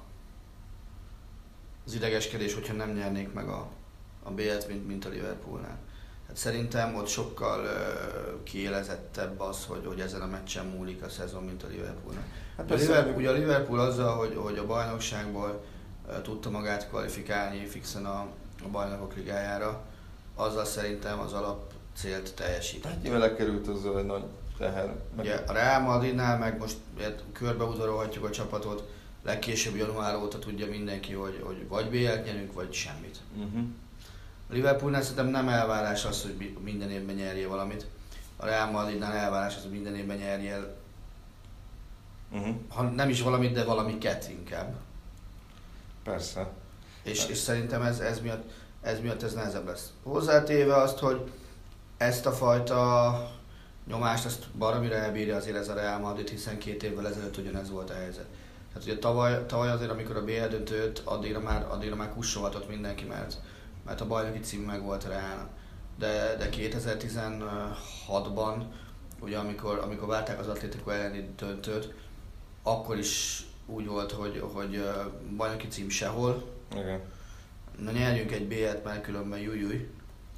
az idegeskedés, hogyha nem nyernék meg a, a bé el-t, mint, mint a Liverpoolnál. Hát szerintem ott sokkal uh, kiélezettebb az, hogy, hogy ezen a meccsen múlik a szezon, mint a Liverpoolnál. Hát a Liverpool, ugye a Liverpool azzal, hogy, hogy a bajnokságból uh, tudta magát kvalifikálni fixen a, a bajnokok ligájára, azzal szerintem az alap célt teljesített. Hát nyilván lekerült azzal egy nagy teher. Ugye a Real Madridnál meg most körbeudvarolhatjuk a csapatot, legkésőbb január óta tudja mindenki, hogy, hogy vagy bé el-t nyerünk, vagy semmit. Uh-huh. A Liverpoolnál szerintem nem elvárás az, hogy minden évben nyerje valamit. A Real Madridnál elvárás az, hogy minden évben nyerje el, uh-huh. ha nem is valamit, de valamiket inkább. Persze. És, és szerintem ez, ez, miatt, ez miatt ez nehezebb lesz. Hozzátéve azt, hogy ezt a fajta nyomást, azt baromira elbírja azért ez a Real Madrid, hiszen két évvel ezelőtt ugyanez volt a helyzet. Tehát ugye tavaly, tavaly azért, amikor a bé el döntőt, addigra már, addigra már kussolhatott mindenki, mert, mert a bajnoki cím meg volt a Realnak. De, de kétezer-tizenhatban, ugye amikor, amikor várták az Atlético elleni döntőt, akkor is úgy volt, hogy, hogy bajnoki cím sehol. Igen. Na nyerjünk egy bé el-t, mert különben jújjúj.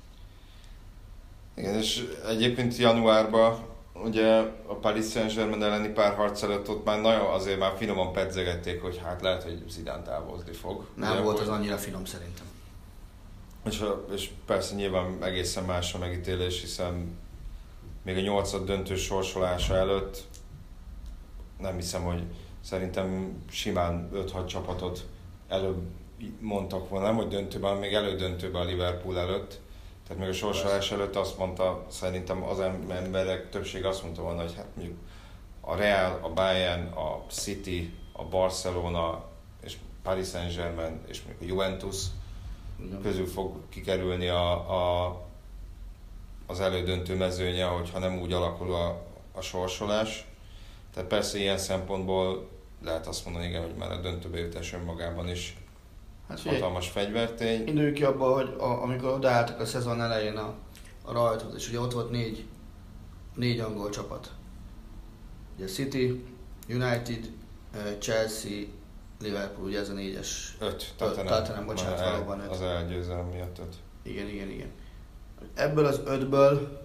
Igen, és egyébként januárban ugye a Paris Saint-Germain elleni párharc előtt ott már nagyon azért már finoman pedzegették, hogy hát lehet, hogy Zidane távozni fog. Nem ugye, volt az annyira finom szerintem. És, a, és persze nyilván egészen más a megítélés, hiszen még a nyolcad döntő sorsolása előtt nem hiszem, hogy szerintem simán öt-hat csapatot előbb mondtak volna, nem hogy döntőben, még elődöntőben a Liverpool előtt. Tehát még a sorsolás előtt azt mondta, szerintem az emberek többsége azt mondta volna, hogy hát mondjuk a Real, a Bayern, a City, a Barcelona és Paris Saint-Germain és még a Juventus igen. közül fog kikerülni a, a, az elődöntő mezőnye, hogyha nem úgy alakul a, a sorsolás. Tehát persze ilyen szempontból lehet azt mondani, igen, hogy már a döntőbe jutás önmagában is hát hatalmas fegyvertény. Induljunk ki abba, hogy a, amikor odaálltak a szezon elején a, a rajthoz, és ugye ott volt négy, négy angol csapat. Ugye City, United, Chelsea, Liverpool, ugye ez a négyes. Öt. Tottenham, bocsánat, el, valóban öt. Az elgyőzelem miatt öt. Igen, igen, igen. Ebből az ötből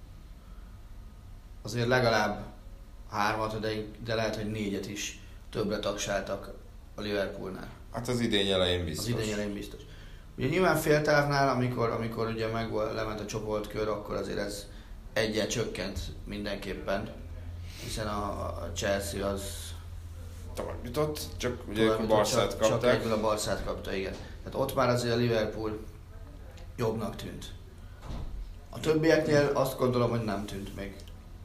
azért legalább hármat, de, de lehet, hogy négyet is többre tagsáltak a Liverpoolnál. Hát az idény elején biztos. Az idény elején biztos. Ugye nyilván féltávnál, amikor, amikor ugye meg lement a csoportkör, akkor azért ez egyel csökkent mindenképpen, hiszen a, a Chelsea az tovább jutott, csak ugye a Barszát csak, kapták. Csak egyből a Barszát kapta, igen. Tehát ott már azért a Liverpool jobbnak tűnt. A többieknél azt gondolom, hogy nem tűnt még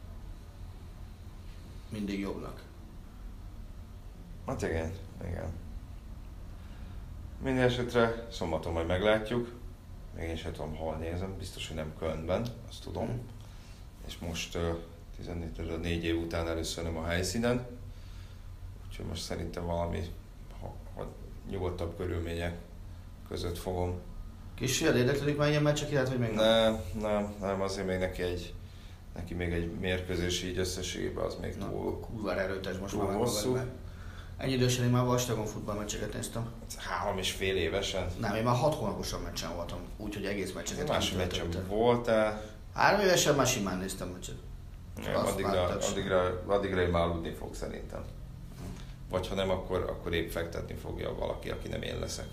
mindig jobbnak. Hát igen, igen. Minden esetre szombaton majd meglátjuk. Még én sem tudom, hol nézem, biztos, hogy nem Kölnben, azt tudom. Mm. És most uh, tizennégy, négy év után először nem a helyszínen. Úgyhogy most szerintem valami ha, ha nyugodtabb körülmények között fogom. Kisfiad érdeklődik már ilyen meccsek iránt, hogy még nem? Nem, nem, azért még neki egy neki még egy mérkőzés így összességében az még na, túl kurvára erőtes most túl már hosszú. meg. Ennyi idősen én már vastagon futballmeccseket néztem. Három és fél évesen. Nem, én már hat hónaposan meccsen voltam, úgyhogy egész meccseket Más meccsen voltál. Három évesen már simán néztem meccset. Ja, addigra, addigra, addigra én már aludni fog szerintem. Vagy ha nem, akkor, akkor épp fektetni fogja valaki, aki nem én leszek.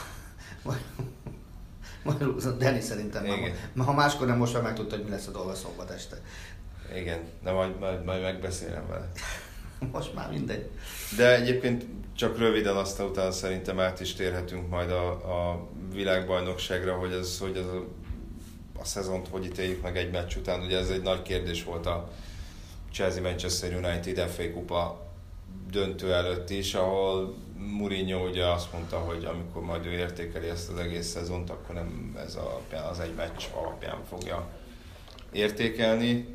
Majd Dani szerintem már, ha máskor nem, most már megtudta, hogy mi lesz a dolga szombat este. Igen, de majd, majd, majd megbeszélem vele. Most már mindegy. De egyébként csak röviden aztán utána szerintem át is térhetünk majd a, a világbajnokságra, hogy ez, hogy ez a, a szezont hogy ítéljük meg egy meccs után. Ugye ez egy nagy kérdés volt a Chelsea-Manchester United ef á kupa döntő előtt is, ahol Mourinho ugye azt mondta, hogy amikor majd ő értékeli ezt az egész szezont, akkor nem ez alapján, az egy meccs alapján fogja értékelni.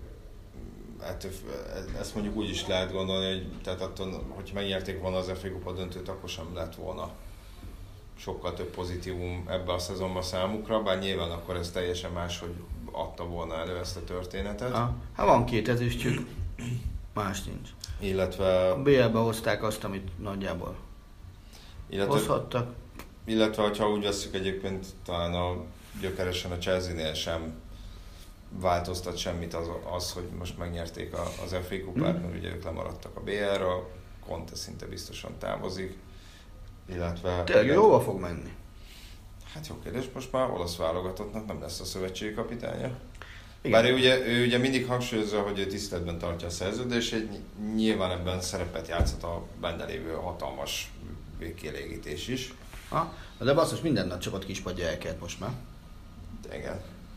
Hát ezt mondjuk úgy is lehet gondolni, hogy tehát attól, hogy megnyerték volna az ef á kupa döntőt, akkor sem lett volna sokkal több pozitívum ebbe a szezonban számukra, bár nyilván akkor ez teljesen máshogy adta volna elő ezt a történetet. Ah, hát van két ezüstjük, más nincs. Illetve... A bé el-be hozták azt, amit nagyjából illetve, hozhattak. Illetve, ha úgy veszük egyébként, talán a gyökeresen a Chelsea-nél sem változtat semmit az, az hogy most megnyerték a, az ef á kupát, mm. mert ugye ők lemaradtak a bé el-ről, Conte szinte biztosan távozik, illetve... Tényleg jóval fog menni? Hát jó kérdés, most már olasz válogatottnak nem lesz a szövetségi kapitánya. Bár ő ugye, ő ugye mindig hangsúlyozza, hogy ő tiszteletben tartja a szerződését, nyilván ebben szerepet játszott a benne lévő hatalmas végkielégítés is. Ha? De basszus, minden nagy csapat kispadja elkelt most már. De igen.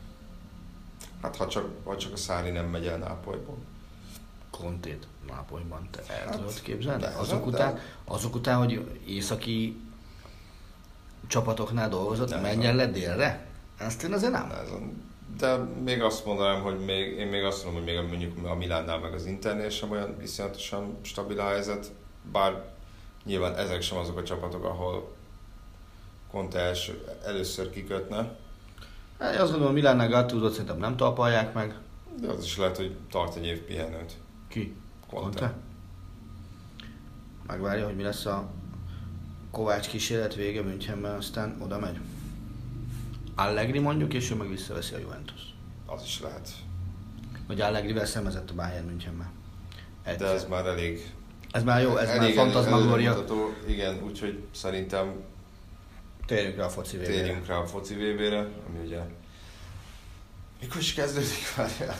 Hát ha csak, ha csak a Sarri nem megy el Nápolyból. Contét Nápolyban te el hát, tudod képzelni? De, azok, de, után, azok után, hogy északi csapatoknál dolgozott, de menjen le délre? Ezt én azért nem. De még azt mondanám, hogy még, én még azt mondom, hogy még mondjuk a Milánnál meg az Internél sem olyan viszonyatosan stabil a helyzet, bár nyilván ezek sem azok a csapatok, ahol Conte első, először kikötne. Hát, azt gondolom, a Milánnál Gattusot szerintem nem talpalják meg. De az is lehet, hogy tart egy év pihenőt. Ki? Conte. Conte? Megvárja, hogy mi lesz a Kovács kísérlet vége Münchenben, aztán oda megy. Allegri mondjuk, és ő meg visszaveszi a Juventus. Az is lehet. Vagy Allegrivel szemezett a Bayern Münchenben. De ez már elég... Ez már jó, ez már fantazmagória. Igen, úgyhogy szerintem... Térjünk rá a foci vé bére. Térjünk rá a foci vé bére, ami ugye... Mikor is kezdődik, várjál?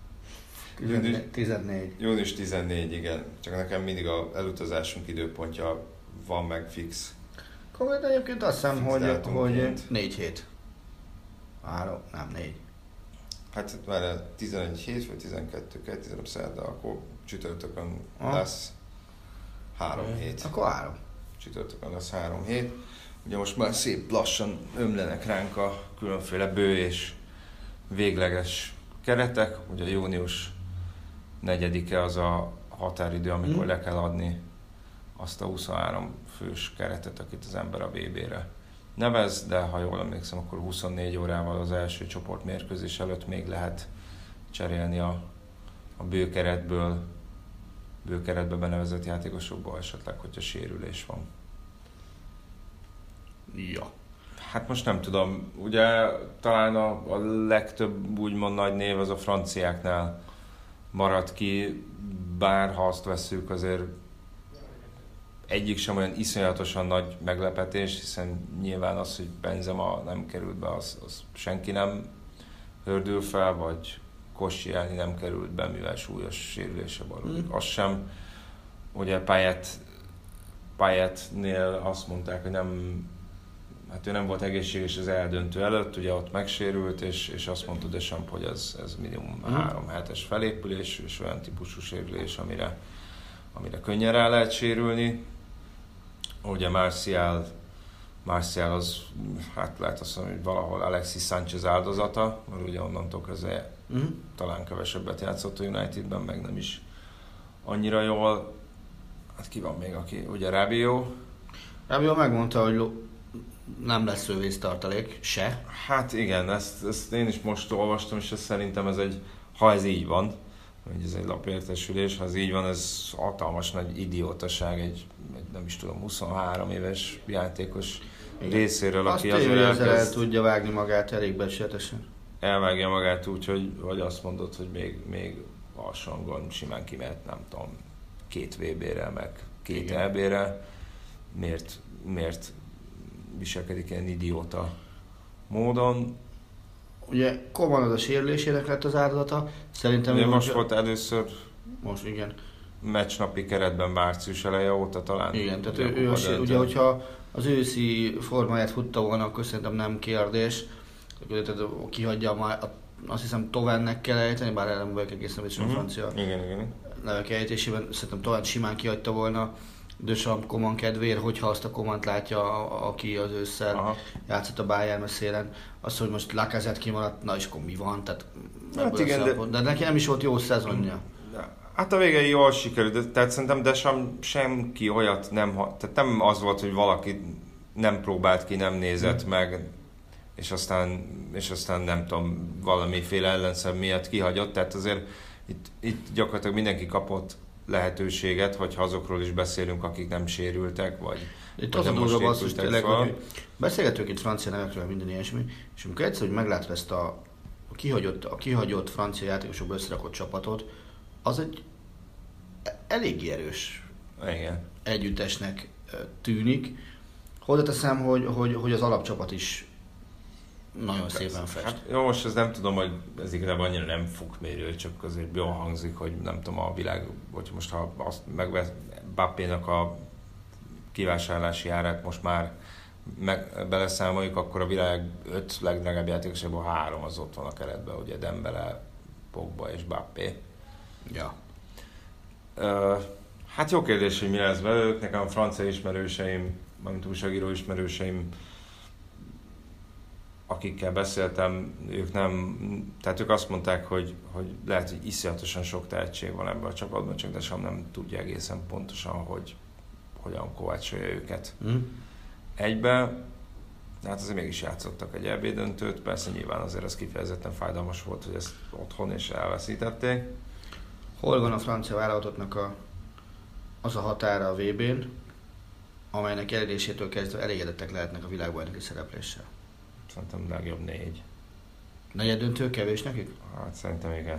tizennégy. Június tizennégy, igen. Csak nekem mindig az elutazásunk időpontja van meg fix. Konkrétan egyébként azt hiszem, hogy, hogy négy hét. Három, nem négy. Hát már tizenegy hét vagy tizenkettő, tizenöt szerda, akkor csütörtökön ah. lesz három hét. Akkor három. Csütörtökön lesz három hét. Ugye most már szép lassan ömlenek ránk a különféle bő és végleges keretek. Ugye június negyedike az a határidő, amikor hmm. le kell adni azt a huszonhárom fős keretet, akit az ember a vé bére nevez, de ha jól emlékszem, akkor huszonnégy órával az első csoportmérkőzés előtt még lehet cserélni a, a bőkeretből, bőkeretbe benevezett játékosokból esetleg, hogyha sérülés van. Ja. Hát most nem tudom, ugye talán a, a legtöbb úgymond nagy név az a franciáknál marad ki, bár ha azt vesszük, azért egyik sem olyan iszonyatosan nagy meglepetés, hiszen nyilván az, hogy Benzema nem került be, az, az senki nem hördül fel, vagy Koscielny nem került be, mivel súlyos sérülése van. Mm. Az sem, ugye Payet, Payetnél azt mondták, hogy nem, hát ő nem volt egészséges az eldöntő előtt, ugye ott megsérült, és, és azt mondta Deschamps, hogy ez, ez minimum mm. három hetes felépülés, és olyan típusú sérülés, amire, amire könnyen rá lehet sérülni. Ugye Martial, Martial az, hát lehet azt mondani, hogy valahol Alexis Sánchez áldozata, mert ugye onnantól kezdve uh-huh. talán kevesebbet játszott a Unitedben, meg nem is annyira jól. Hát ki van még, aki? Ugye Rabiot? Rabiot megmondta, hogy nem lesz lövésztartalék, se. Hát igen, ezt, ezt én is most olvastam, és ez szerintem ez egy, ha ez így van, hogy ez egy lapértesülés, ha ez így van, ez hatalmas nagy idiótaság egy nem is tudom, huszonhárom éves játékos igen. részéről, azt aki azért elkezd... el tudja vágni magát elég becsületesen. Elvágja magát úgy, hogy vagy azt mondod, hogy még, még alsóangon simán kimehet, nem tudom, két vé bé-re, meg két é bé-re. Miért, miért viselkedik ilyen idióta módon? Ugye Coman az a sérülésének lett az áldozata. Szerintem... Ugye most volt először... Most, igen. Meccsnapi keretben március eleje óta talán. Igen, tehát ő, ő a, ugye, hogyha az őszi formáját futta volna, akkor szerintem nem kérdés. Tehát kihagyja már, azt hiszem Tovennek kell ejteni, bár ellen vagyok egészen biztosan mm-hmm. francia igen, igen. nevek ejtésében. Szerintem Toven simán kihagyta volna Deschamps Coman kedvéért, hogyha azt a Comant látja, aki az ősszel aha. játszott a Bayern messzélen. Azt, hogy most Lacazette kimaradt, na és akkor mi van? Tehát, hát igen, de... de neki nem is volt jó szezonja. Hát a végén jól sikerült, tehát szerintem Deschamps senki olyat nem, tehát nem az volt, hogy valaki nem próbált ki, nem nézett hmm. meg, és aztán, és aztán nem tudom, valamiféle ellenszem miatt kihagyott, tehát azért itt, itt gyakorlatilag mindenki kapott lehetőséget, hogyha azokról is beszélünk, akik nem sérültek, vagy itt az a dolga basszus tényleg, hogy beszélgetők itt francia nevekről, minden ilyesmi, és amikor egyszer, hogy meglátod ezt a, a, kihagyott, a kihagyott francia játékosokból összerakott csapatot, az egy eléggé erős igen. együttesnek tűnik. Hozzáteszem, hogy, hogy, hogy az alapcsapat is nagyon persze. szépen fest. Hát jó, most ez nem tudom, hogy ez igazából annyira nem fokmérő, csak azért jól hangzik, hogy nem tudom, a világ, hogy most ha azt megvesz Mbappénak a kivásárlási árát most már meg, beleszámoljuk, akkor a világ öt legdrágább játékosából három az ott van a keretben, ugye Dembele, Pogba és Mbappé. Ja. Uh, hát jó kérdés, hogy mi lesz belőlük. Nekem a francia ismerőseim, mint újságíró ismerőseim, akikkel beszéltem, ők nem, tehát ők azt mondták, hogy, hogy lehet, hogy iszonyatosan sok tehetség van ebben a csapatban, csak Deschamps nem tudja egészen pontosan, hogy hogyan kovácsolja őket mm. egybe. Hát azért mégis játszottak egy é bé döntőt, persze nyilván azért az kifejezetten fájdalmas volt, hogy ezt otthon is elveszítették. Hol van a francia válogatottnak a, az a határa a vé bén, amelynek elérésétől kezdve elégedettek lehetnek a világbajnoki szerepléssel? Szerintem legjobb négy. Negyed döntő kevés nekik? Hát szerintem igen.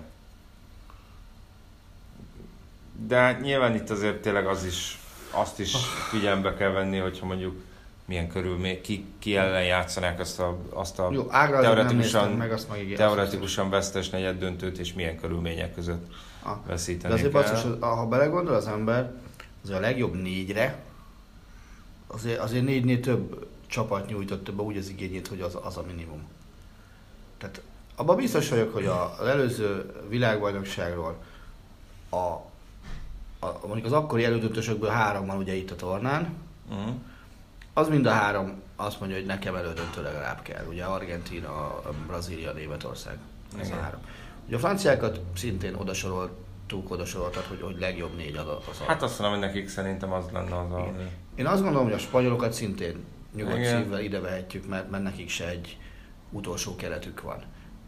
De nyilván itt azért tényleg az is, azt is figyelembe kell venni, hogyha mondjuk milyen körülmény, ki, ki ellen játszanák azt a, azt a jó, teoretikusan, meg, azt teoretikusan vesztes negyed döntőt, és milyen körülmények között ah. veszítenék el. De azért basszus, ha belegondol az ember, azért a legjobb négyre, azért, azért négynél több csapat nyújtott be úgy az igényét, hogy az, az a minimum. Tehát abban biztos vagyok, hogy az előző világbajnokságról a, a, mondjuk az akkori elődöntősökből három van ugye itt a tornán, uh-huh. az mind a három azt mondja, hogy nekem elődöntő legalább kell. Ugye Argentína, Brazília, Németország. Ez a három. Ugye a franciákat szintén odasoroltuk, odasoroltat, hogy, hogy legjobb négy az a... Az hát azt mondom, hogy nekik szerintem az lenne az a... Én azt gondolom, hogy a spanyolokat szintén nyugodt igen. szívvel ide vehetjük, mert, mert nekik se egy utolsó keretük van.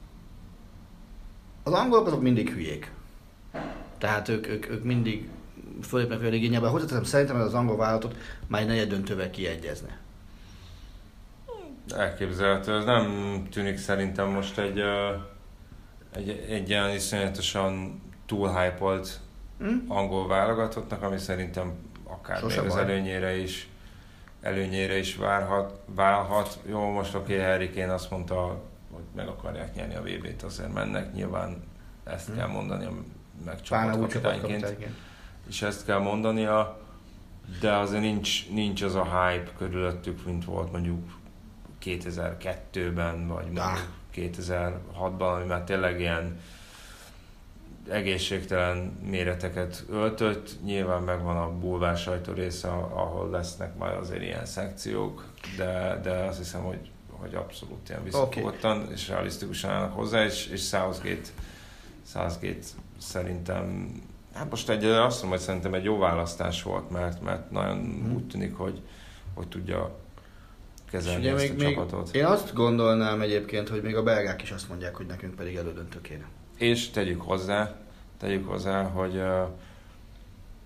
Az angolok azok mindig hülyék. Tehát ők, ők, ők mindig fölépnek olyan igényelben. Hozzáteszem, szerintem az angol vállalatot már egy negyed döntővel kiegyezne. Elképzelhető. Ez nem tűnik szerintem most egy, egy, egy ilyen iszonyatosan túlhypolt hmm? angol válogatottnak, ami szerintem akár még az előnyére is előnyére is várhat, válhat. Jó, most oké, okay, Harry Kane azt mondta, hogy meg akarják nyerni a vé bét, azért mennek. Nyilván ezt hmm. kell mondania, meg csapatkapitányként és ezt kell mondania, de azért nincs, nincs az a hype körülöttük, mint volt mondjuk kétezer-kettőben, vagy mondjuk kétezer-hatban, ami már tényleg ilyen egészségtelen méreteket öltött. Nyilván megvan a bulvár sajtó része, ahol lesznek majd azért ilyen szekciók, de, de azt hiszem, hogy, hogy abszolút ilyen visszafogottan okay. és realisztikusan állnak hozzá, és, és Southgate, Southgate szerintem, hát most egyelőre azt mondom, hogy szerintem egy jó választás volt, mert, mert nagyon hmm. úgy tűnik, hogy, hogy tudja kezelni ezt még, a csapatot. Én azt gondolnám egyébként, hogy még a belgák is azt mondják, hogy nekünk pedig elődöntő kéne. És tegyük hozzá, tegyük hozzá, hogy uh,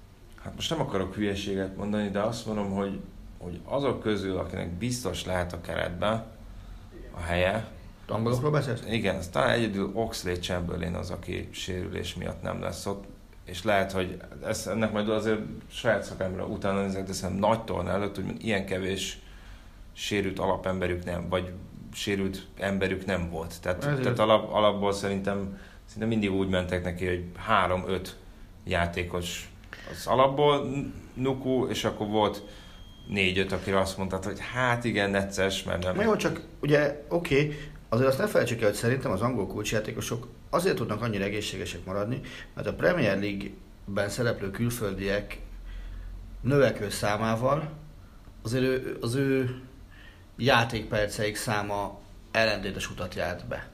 Hát most nem akarok hülyeséget mondani, de azt mondom, hogy, hogy azok közül, akinek biztos lehet a keretben a helye. Angolokról beszélsz? Igen, az talán egyedül Oxlade-Chamberlain az, aki sérülés miatt nem lesz ott. És lehet, hogy ez, ennek majd azért saját szakámra utána nézek, de szerintem nagy torna előtt, hogy ilyen kevés sérült alapemberük nem, vagy sérült emberük nem volt. Tehát, tehát alap, alapból szerintem, szerintem mindig úgy mentek neki, hogy három-öt játékos az alapból Nuku, és akkor volt négy-öt, akire azt mondtad, hogy hát igen, necces, mert nem. Jó, csak ugye oké, okay, azért azt ne felejtsük el, hogy szerintem az angol kulcsjátékosok azért tudnak annyira egészségesek maradni, mert a Premier League-ben szereplő külföldiek növekvő számával azért ő, az ő játékperceik száma ellentétes utat járt be.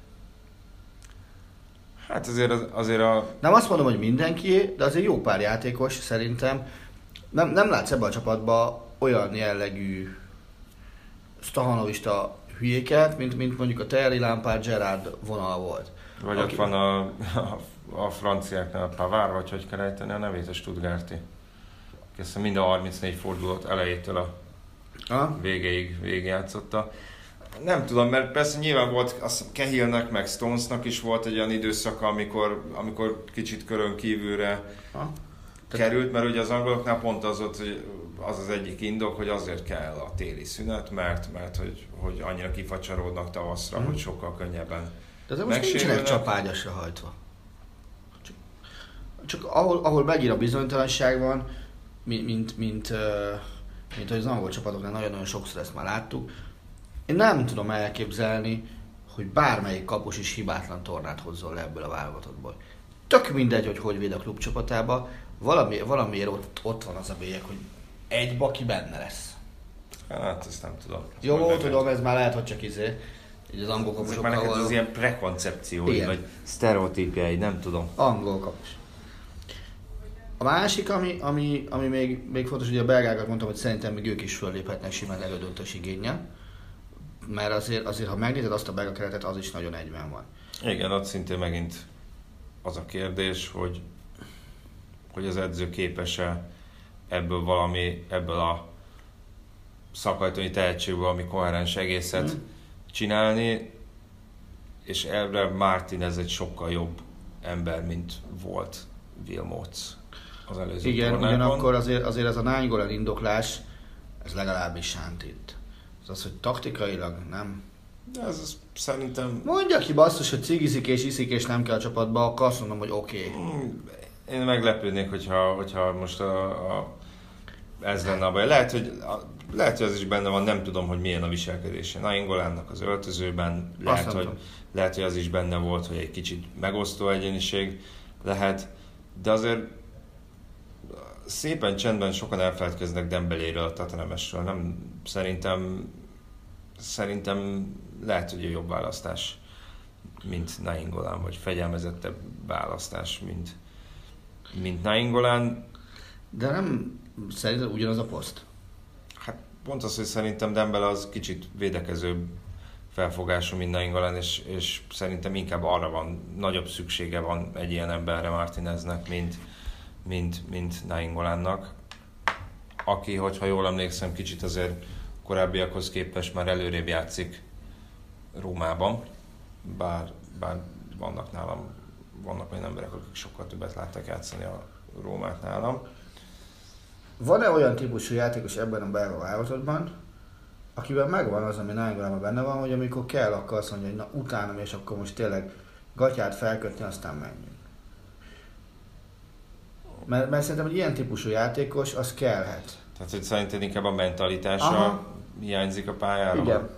Hát azért, az, azért a... Nem azt mondom, hogy mindenkié, de azért jó pár játékos szerintem. Nem, nem látsz ebben a csapatban olyan jellegű stahanovista hülyéket, mint, mint mondjuk a Terry, Lampard, Gerrard vonal volt. Vagy aki... ott van a, a, a franciáknál a Pavard, vagy hogy kell ejteni a nevét, a Stuttgarti. Köszönöm, mind a harmincnégy fordulót elejétől a ha? végéig végigjátszotta. Nem tudom, mert persze nyilván volt, azt Cahillnek meg Stonesnak is volt egy olyan időszaka, amikor, amikor kicsit körön kívülre ha? került, mert ugye az angoloknál pont az volt, hogy az az egyik indok, hogy azért kell a téli szünet, mert, mert hogy, hogy annyira kifacsaródnak tavaszra, hmm. hogy sokkal könnyebben de de most nincsenek csapágyasra hajtva. Csak, csak ahol, ahol megír a bizonytalanság van, mint, mint, mint, mint hogy az angol csapatoknál nagyon-nagyon sokszor ezt már láttuk, én nem tudom elképzelni, hogy bármelyik kapus is hibátlan tornát hozzon le ebből a válogatottból. Tök mindegy, hogy hogy véd a klubcsapatába, valami, valamiért ott, ott van az a bélyeg, hogy egy baki benne lesz. Hát ezt nem tudom. Ezt jó, tudom, ez már lehet, hogy csak izé, így az angol kapusokkal való. Már neked az ilyen prekoncepciói, vagy sztereotípiái, nem tudom. Angol kapus. A másik, ami, ami, ami még, még fontos, hogy a belgákat mondtam, hogy szerintem még ők is fölléphetnek simán elődöntős igénnyel. Mert azért, azért, ha megnézed azt a belga keretet, az is nagyon egyben van. Igen, ott szintén megint az a kérdés, hogy, hogy az edző képes-e ebből valami, ebből a szakajtói tehetségből, ami koherens egészet mm. csinálni, és erre Martinez egy sokkal jobb ember, mint volt Wilmots az előző igen, tornákon. Ugyanakkor azért, azért ez a nine goal indoklás, ez legalábbis sántít. Ez az, hogy taktikailag nem... De ez az, szerintem... Mondja ki basszus, hogy cigizik és iszik és nem kell a csapatba, akkor azt mondom, hogy oké. Okay. Én meglepődnék, hogyha, hogyha most a, a, ez lenne a baj. Lehet, hogy, a, lehet, hogy az is benne van, nem tudom, hogy milyen a viselkedése Nainggolannak az öltözőben. Lehet hogy, lehet, hogy az is benne volt, hogy egy kicsit megosztó egyéniség lehet. De azért szépen csendben sokan elfeledkeznek Dembeléről, a Tottenhamesről. Nem, szerintem, szerintem lehet, hogy a jobb választás, mint Nainggolan, vagy fegyelmezettebb választás, mint, mint Nainggolan. De nem szerinted ugyanaz a poszt? Hát pont az, hogy szerintem Dembele az kicsit védekezőbb felfogású, mint Nainggolan, és, és szerintem inkább arra van, nagyobb szüksége van egy ilyen emberre Martineznek, mint, mint, mint Nainggolannak, aki, hogyha jól emlékszem, kicsit azért korábbiakhoz képest már előrébb játszik Rómában, bár, bár vannak nálam, vannak olyan emberek, akik sokkal többet láttak játszani a Rómát nálam. Van-e olyan típusú játékos ebben a belga válogatottban, akiben megvan az, ami Nainggolanban benne van, hogy amikor kell, akkor azt mondja, hogy na utánam, és akkor most tényleg gatyát felkötni, aztán menjünk. Mert, mert szerintem egy ilyen típusú játékos, az kellhet. Tehát, hogy szerinted inkább a mentalitása Aha. hiányzik a pályáról? Igen.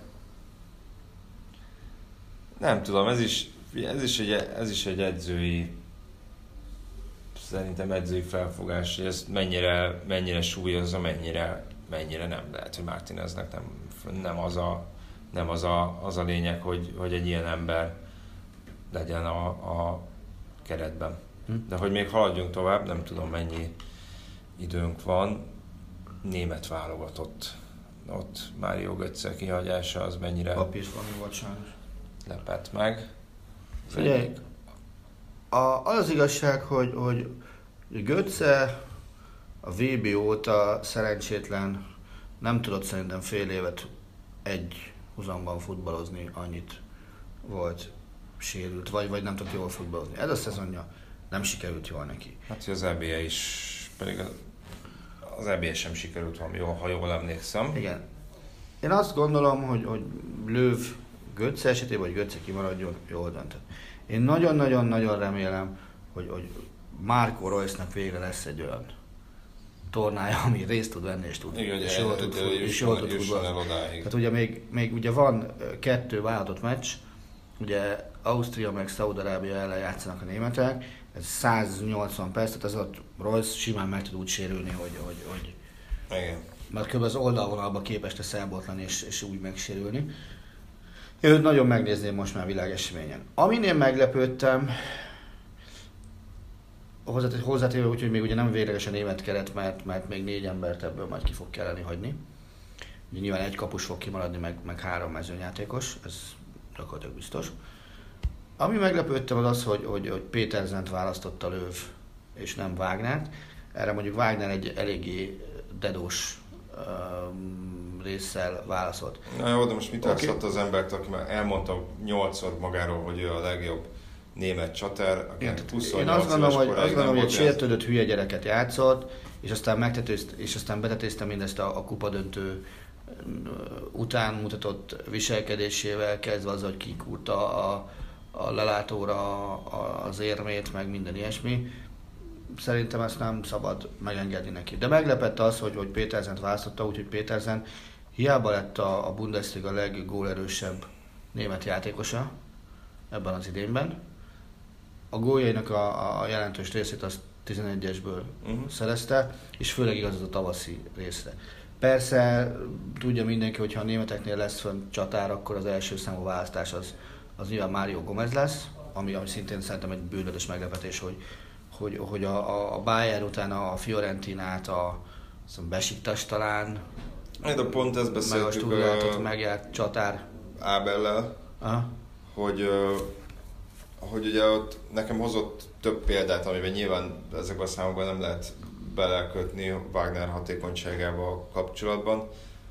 Nem tudom, ez is, ez is, egy, ez is egy edzői, szerintem edzői felfogás, hogy ez mennyire, mennyire súlyozza, mennyire, mennyire nem. Lehet, hogy Martineznek nem, nem, az, a, nem az, a, az a lényeg, hogy, hogy egy ilyen ember legyen a, a keretben. De hogy még haladjunk tovább, nem tudom mennyi időnk van, német válogatott. Ott Mário Götze kihagyása az mennyire papír van volt sajnos. Lepett meg. Figyelj, a, az az igazság, hogy, hogy Götze a vé bé óta szerencsétlen nem tudott szerintem fél évet egy huzamban futballozni, annyit volt sérült, vagy, vagy nem tudott jól futballozni. Ez a szezonja nem sikerült jól neki. Hát, hogy az é bé is, pedig az, az é bé sem sikerült valami jól, ha jól emlékszem. Igen. Én azt gondolom, hogy, hogy Löw Götze esetében, hogy Götze kimaradjon, jól döntött. Én nagyon-nagyon-nagyon remélem, hogy, hogy Marco Reusnak végre lesz egy olyan tornája, ami részt tud venni és tud, Igen, és jól tud, és jól tud futballozni. Tehát ugye még, még ugye van kettő válogatott meccs, ugye Ausztria meg Szaúd-Arábia ellen játszanak a németek, ez száznyolcvan perc, tehát az ott Reus simán meg tud úgy sérülni, hogy, hogy, hogy Igen. mert kb. Az oldalvonalba képes lesz elbotlani és, és úgy megsérülni. Én őt nagyon megnézném most már világeseményen. Amin én meglepődtem, hozzátéve úgy, hogy még ugye nem végleges a német keret, mert, mert még négy embert ebből majd ki fog kelleni hagyni. Ugye nyilván egy kapus fog kimaradni, meg, meg három mezőnyjátékos, ez gyakorlatilag biztos. Ami meglepődtem az az, hogy, hogy, hogy Petersent választotta Löw, és nem Wagnert. Erre mondjuk Wagner egy eléggé dedós um, résszel válaszolt. Na jó, de most mit Okay. elszadta az embert, aki már elmondta nyolcszor magáról, hogy ő a legjobb német csatár, akinek Én azt gondolom, hogy, azt gondolom, hogy egy ez... sértődött hülye gyereket játszott, és aztán megtetőzt, és aztán betetézte mindezt a, a kupadöntő után mutatott viselkedésével, kezdve az, hogy kikúrta a, a lelátóra az érmét, meg minden ilyesmi. Szerintem ezt nem szabad megengedni neki. De meglepett az, hogy, hogy Petersent választotta, úgyhogy Petersen hiába lett a, a Bundesliga leggólerősebb német játékosa ebben az idényben. A góljainak a, a jelentős részét az tizenegyesből uh-huh. szerezte, és főleg igaz az a tavaszi részre. Persze tudja mindenki, hogy ha a németeknél lesz fönn csatár, akkor az első számú választás az, az nyilván Mário Gomez lesz, ami, ami szintén szerintem egy bődös meglepetés, hogy, hogy, hogy a, a Bayern után a Fiorentinát, a Besiktas talán, Majd a pont ezt meg a Stuttgartot a... megjárt csatár. Ábellel, Aha. hogy, hogy ugye ott nekem hozott több példát, amiben nyilván ezekben a számokban nem lehet belekötni Wagner hatékonyságával kapcsolatban,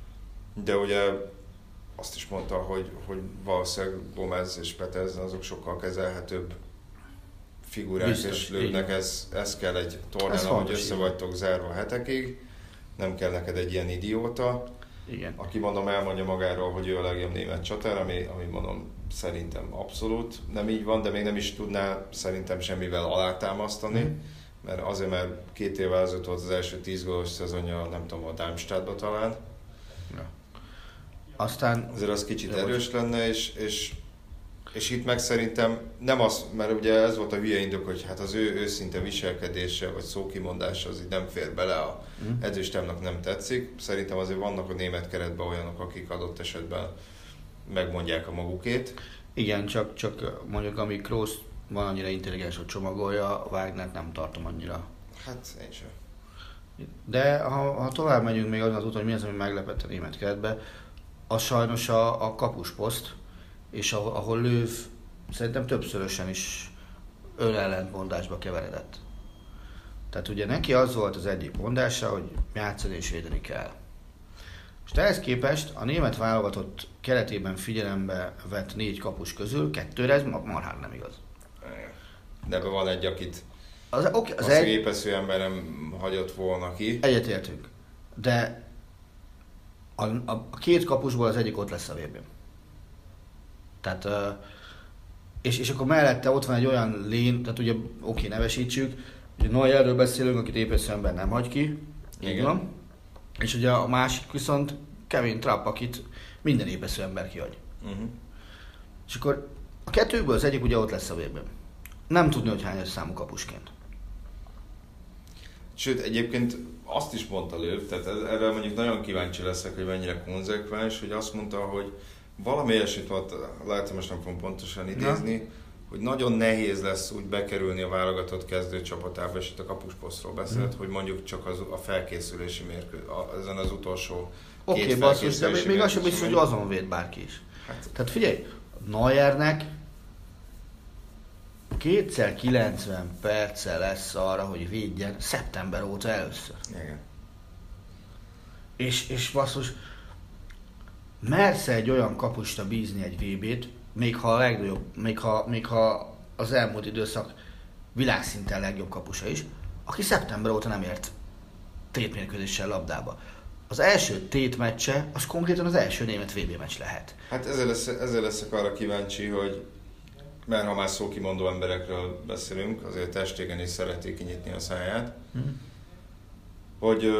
de ugye azt is mondta, hogy, hogy valószínűleg Gomez és Petersen azok sokkal kezelhetőbb figurák, biztos, és Lőnek ez, ez kell egy tornán, ahogy össze vagytok zárva hetekig, nem kell neked egy ilyen idióta, Igen. aki mondom elmondja magáról, hogy ő a legjobb német csatár, ami, ami mondom szerintem abszolút nem így van, de még nem is tudná szerintem semmivel alátámasztani, mm. mert azért, mert két évvel ezelőtt volt az első tíz gólos szezonja, nem tudom, a Darmstadtban talán. Ja. Aztán... Azért az kicsit erős lenne, és, és, és itt meg szerintem nem az, mert ugye ez volt a hülye indok, hogy hát az ő őszinte viselkedése, vagy szókimondása az így nem fér bele, a mm. edzőstábnak nem tetszik. Szerintem azért vannak a német keretben olyanok, akik adott esetben megmondják a magukét. Igen, csak, csak mondjuk ami Kroos van annyira intelligens, hogy csomagolja, Wagnert nem tartom annyira. Hát én sem. De ha, ha tovább megyünk még azon az úton, hogy mi az, ami meglepett a német keretbe, az sajnos a, a kapusposzt, és a, ahol Löw szerintem többszörösen is önellentmondásba keveredett. Tehát ugye neki az volt az egyik mondása, hogy játszani és védeni kell. És ehhez képest a német válogatott keretében figyelembe vett négy kapus közül kettőre ez marhára nem igaz. De ebben van egy, akit az, okay, az az egy... gépesző ember nem hagyott volna ki. Egyetértünk. De a, a, a két kapusból az egyik ott lesz a vé bén. Tehát, és, és akkor mellette ott van egy olyan lén, tehát ugye oké, nevesítsük, ugye Neuerről beszélünk, akit épesző ember nem hagy ki. Igen. Van. És ugye a másik viszont Kevin Trapp, akit minden épesző ember kihagy. Uh-huh. És akkor a kettőből az egyik ugye ott lesz a vé bén. Nem tudni, hogy hányas számú kapusként. Sőt, egyébként azt is mondta Löw, tehát erre mondjuk nagyon kíváncsi leszek, hogy mennyire konzekvens, hogy azt mondta, hogy valami ilyesmit volt, lehet, hogy most nem fogom pontosan idézni, Na. hogy nagyon nehéz lesz úgy bekerülni a válogatott kezdőcsapatába, és itt a kapusposztról beszélt, mm. hogy mondjuk csak az, a felkészülési mérkőzés, ezen az utolsó Oké, okay, basszus, de még, még az sem biztos, hogy azon véd bárki is. Hát. Tehát figyelj, Neuernek kétszer kilencven perce lesz arra, hogy védjen szeptember óta először. Igen. És, és basszus, mersz egy olyan kapusra bízni egy vé bét, még ha a legnagyobb, még ha, még ha az elmúlt időszak világszinten legjobb kapusa is, aki szeptember óta nem ért tétmérkőzéssel labdába. Az első tétmeccse, az konkrétan az első német vé bé meccs lehet. Hát ezzel, lesz, ezzel leszek arra kíváncsi, hogy mert ha már szókimondó emberekről beszélünk, azért testégen is szereti kinyitni a száját, hmm. hogy,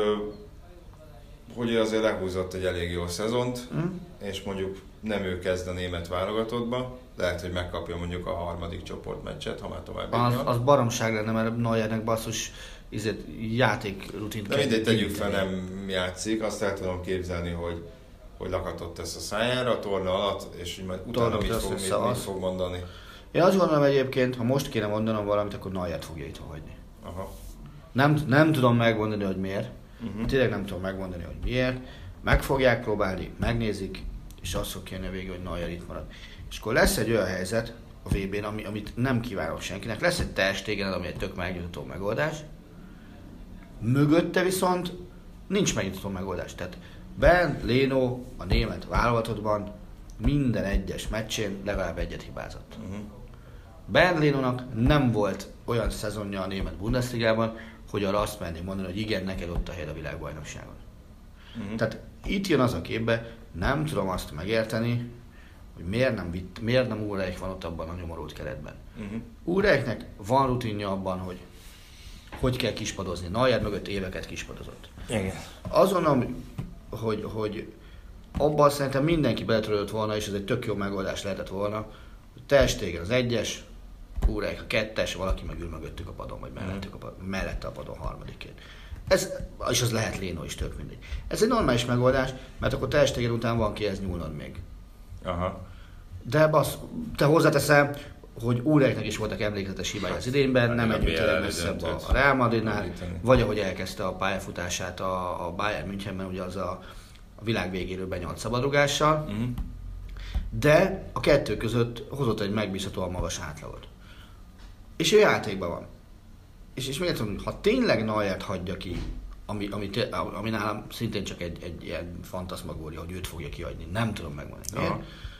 hogy azért lehúzott egy elég jó szezont, hmm. és mondjuk nem ő kezd a német válogatottba, lehet, hogy megkapja mondjuk a harmadik csoportmeccset, ha már tovább az, az baromság lenne, mert Neuernek basszus játékrutint kell. De mindegy, tegyük fel, nem játszik, azt el tudom képzelni, hogy, hogy lakatott tesz a szájára a torna alatt, és hogy majd utána mit fog, mit, mit fog mondani. Én azt gondolom egyébként, ha most kéne mondanom valamit, akkor Neuert fogja itt hagyni. Aha. Nem, nem tudom megmondani, hogy miért. Uh-huh. Tényleg nem tudom megmondani, hogy miért. Meg fogják próbálni, megnézik, és azt fog kérni a végén, hogy Neuer itt marad. És akkor lesz egy olyan helyzet a vé bén, ami, amit nem kívánok senkinek. Lesz egy Ter Stegen, ami egy tök megnyugtató megoldás. Mögötte viszont nincs megnyugtató megoldás. Tehát Ben Leno a német válogatottban minden egyes meccsén legalább egyet hibázott. Uh-huh. Ben Lenonak nem volt olyan szezonja a német Bundesligában, hogy arra azt mernék mondani, hogy igen, neked ott a helyed a világbajnokságon. Uh-huh. Tehát itt jön az a képbe, nem tudom azt megérteni, hogy miért nem, vitt, miért nem Ulreich van ott abban a nyomorult keretben. Uh-huh. Ulreichnek van rutinja abban, hogy hogy kell kispadozni. Neuer mögött éveket kispadozott. Igen. Azon, hogy, hogy abban szerintem mindenki beletörődött volna, és ez egy tök jó megoldás lehetett volna, hogy Ter Stegen az egyes, Ulreich a kettes, valaki meg ül mögöttük a padon, vagy mellettük a padon, mellette a padon harmadikként. Ez, és az lehet Leno is, tök mindegy. Ez egy normális megoldás, mert akkor Ter Stegen után van kihez nyúlnod még. Aha. De bassz, te hozzáteszem, hogy Ulreichnek is voltak emlékezetes hibái az idényben, nem együtt elég messzebb a Real Madridnál, vagy ahogy elkezdte a pályafutását a, a Bayern Münchenben, ugye az a, a világ végéről benyalt szabadrugással, uh-huh. de a kettő között hozott egy megbízhatóan magas átlagot. És ő játékban van. És, és még egyszer mondom, ha tényleg Neuert hagyja ki, ami, ami, ami nálam szintén csak egy, egy ilyen fantaszmagória, hogy őt fogja kihagyni, nem tudom megmondani miért,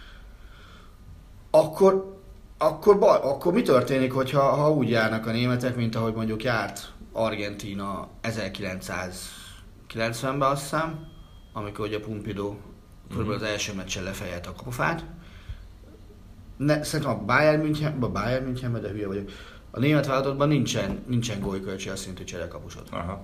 akkor Akkor, baj, akkor mi történik, hogyha ha úgy járnak a németek, mint ahogy mondjuk járt Argentína ezerkilencszázkilencvenben, azt hiszem, amikor ugye Pompidou körülbelül az első meccsen lefejelte a kapufát. Ne, szerintem a Bayern München, a Bayern Münchenben, de hülye vagyok, a német válogatottban nincsen, nincsen gólykölcsi azt szintű cserekapusod. Aha.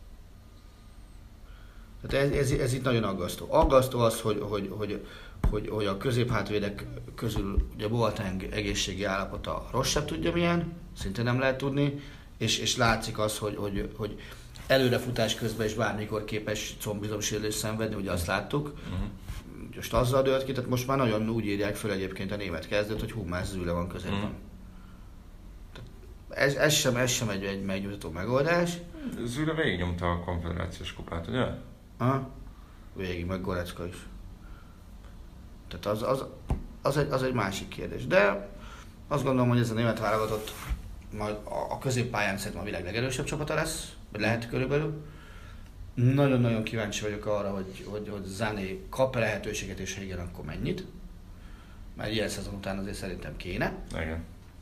Tehát ez, ez, ez itt nagyon aggasztó. Aggasztó az, hogy, hogy, hogy Hogy, hogy a középhátvédek közül ugye Boateng egészségi állapota rosszabb tudja milyen, szintén nem lehet tudni, és, és látszik az, hogy, hogy, hogy előrefutás közben is bármikor képes combizomsérülést szenvedni, ugye azt láttuk. Uh-huh. Most azzal dőlt ki, tehát most már nagyon úgy írják föl egyébként a német kezdőt, hogy hú, már Züle van középen. Uh-huh. Ez, ez sem, ez sem egy, egy megnyugtató megoldás. Züle végignyomta a konfederációs kupát, ugye? Aha, végig, meg Goretzka is. Tehát az, az, az, egy, az egy másik kérdés. De azt gondolom, hogy ez a német válogatott majd a, a középpályán szerintem a világ legerősebb csapata lesz, vagy lehet körülbelül. Nagyon-nagyon kíváncsi vagyok arra, hogy, hogy, hogy Sané kap lehetőséget, és ha igen, akkor mennyit. Mert ilyen szezon után azért szerintem kéne. Igen.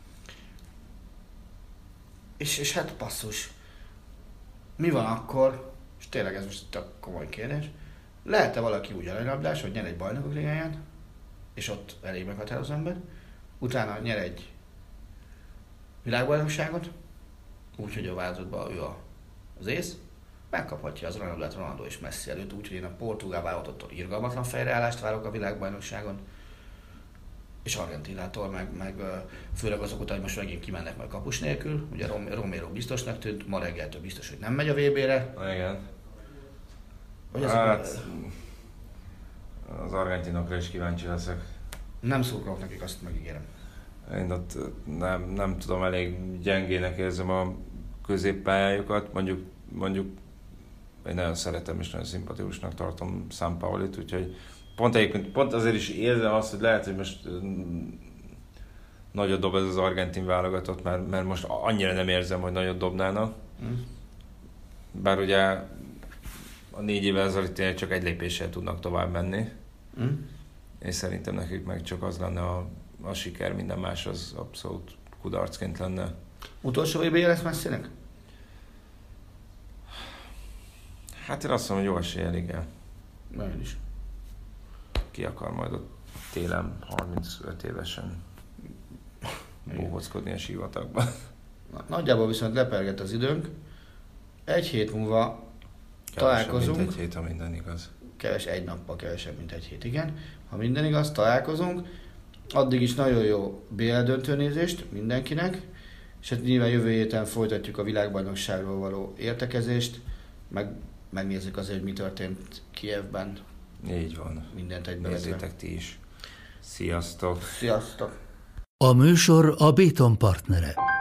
És, és hát passzus. Mi van akkor, és tényleg ez most a komoly kérdés, lehet-e valaki úgy aranylabdás, hogy nyer egy bajnokok ligáját, és ott elég meghatározó ember, utána nyer egy világbajnokságot, úgyhogy a válogatottban ő a, az ész, megkaphatja az aranylabdát Ronaldo és Messi előtt, úgyhogy én a portugál válogatottól irgalmatlan fejreállást várok a világbajnokságon, és Argentínától, meg, meg főleg azok után, hogy most megint kimennek majd kapus nélkül, ugye Romero biztosnak tűnt, ma reggeltől biztos, hogy nem megy a vé bére. Igen. Hogy hát, az argentinokra is kíváncsi leszek. Nem szurkolok nekik, azt megígérem. Én ott nem, nem tudom, elég gyengének érzem a középpályájukat. Mondjuk, mondjuk én nagyon szeretem és nagyon szimpatikusnak tartom Sampaolit, úgyhogy pont, egyébként, pont azért is érzem azt, hogy lehet, hogy most nagyot dob ez az argentin válogatott, mert, mert most annyira nem érzem, hogy nagyot dobnának. Mm. Bár ugye a négy évvel ezelőtt csak egy lépéssel tudnak tovább menni. Mm. És szerintem nekik meg csak az lenne a, a siker, minden más az abszolút kudarcként lenne. Utolsó vé bé lesz Messinek? Hát én azt mondom, hogy jó eséllyel, igen. Nagyon is. Ki akar majd ott télen harmincöt évesen bóhockodni a sivatagban. Nagyjából viszont leperget az időnk. Egy hét múlva kevesebb, találkozunk. Mint egy hét, ha minden igaz. Keves, egy nappal kevesebb, mint egy hét, igen. Ha minden igaz, találkozunk. Addig is nagyon jó bé el döntőnézést mindenkinek. És hát nyilván jövő héten folytatjuk a világbajnokságról való értekezést. Meg megnézzük azért, hogy mi történt Kijevben. Így van. Mindent egyben. Nézzétek ti is. Sziasztok! Sziasztok! A műsor a Béton partnere.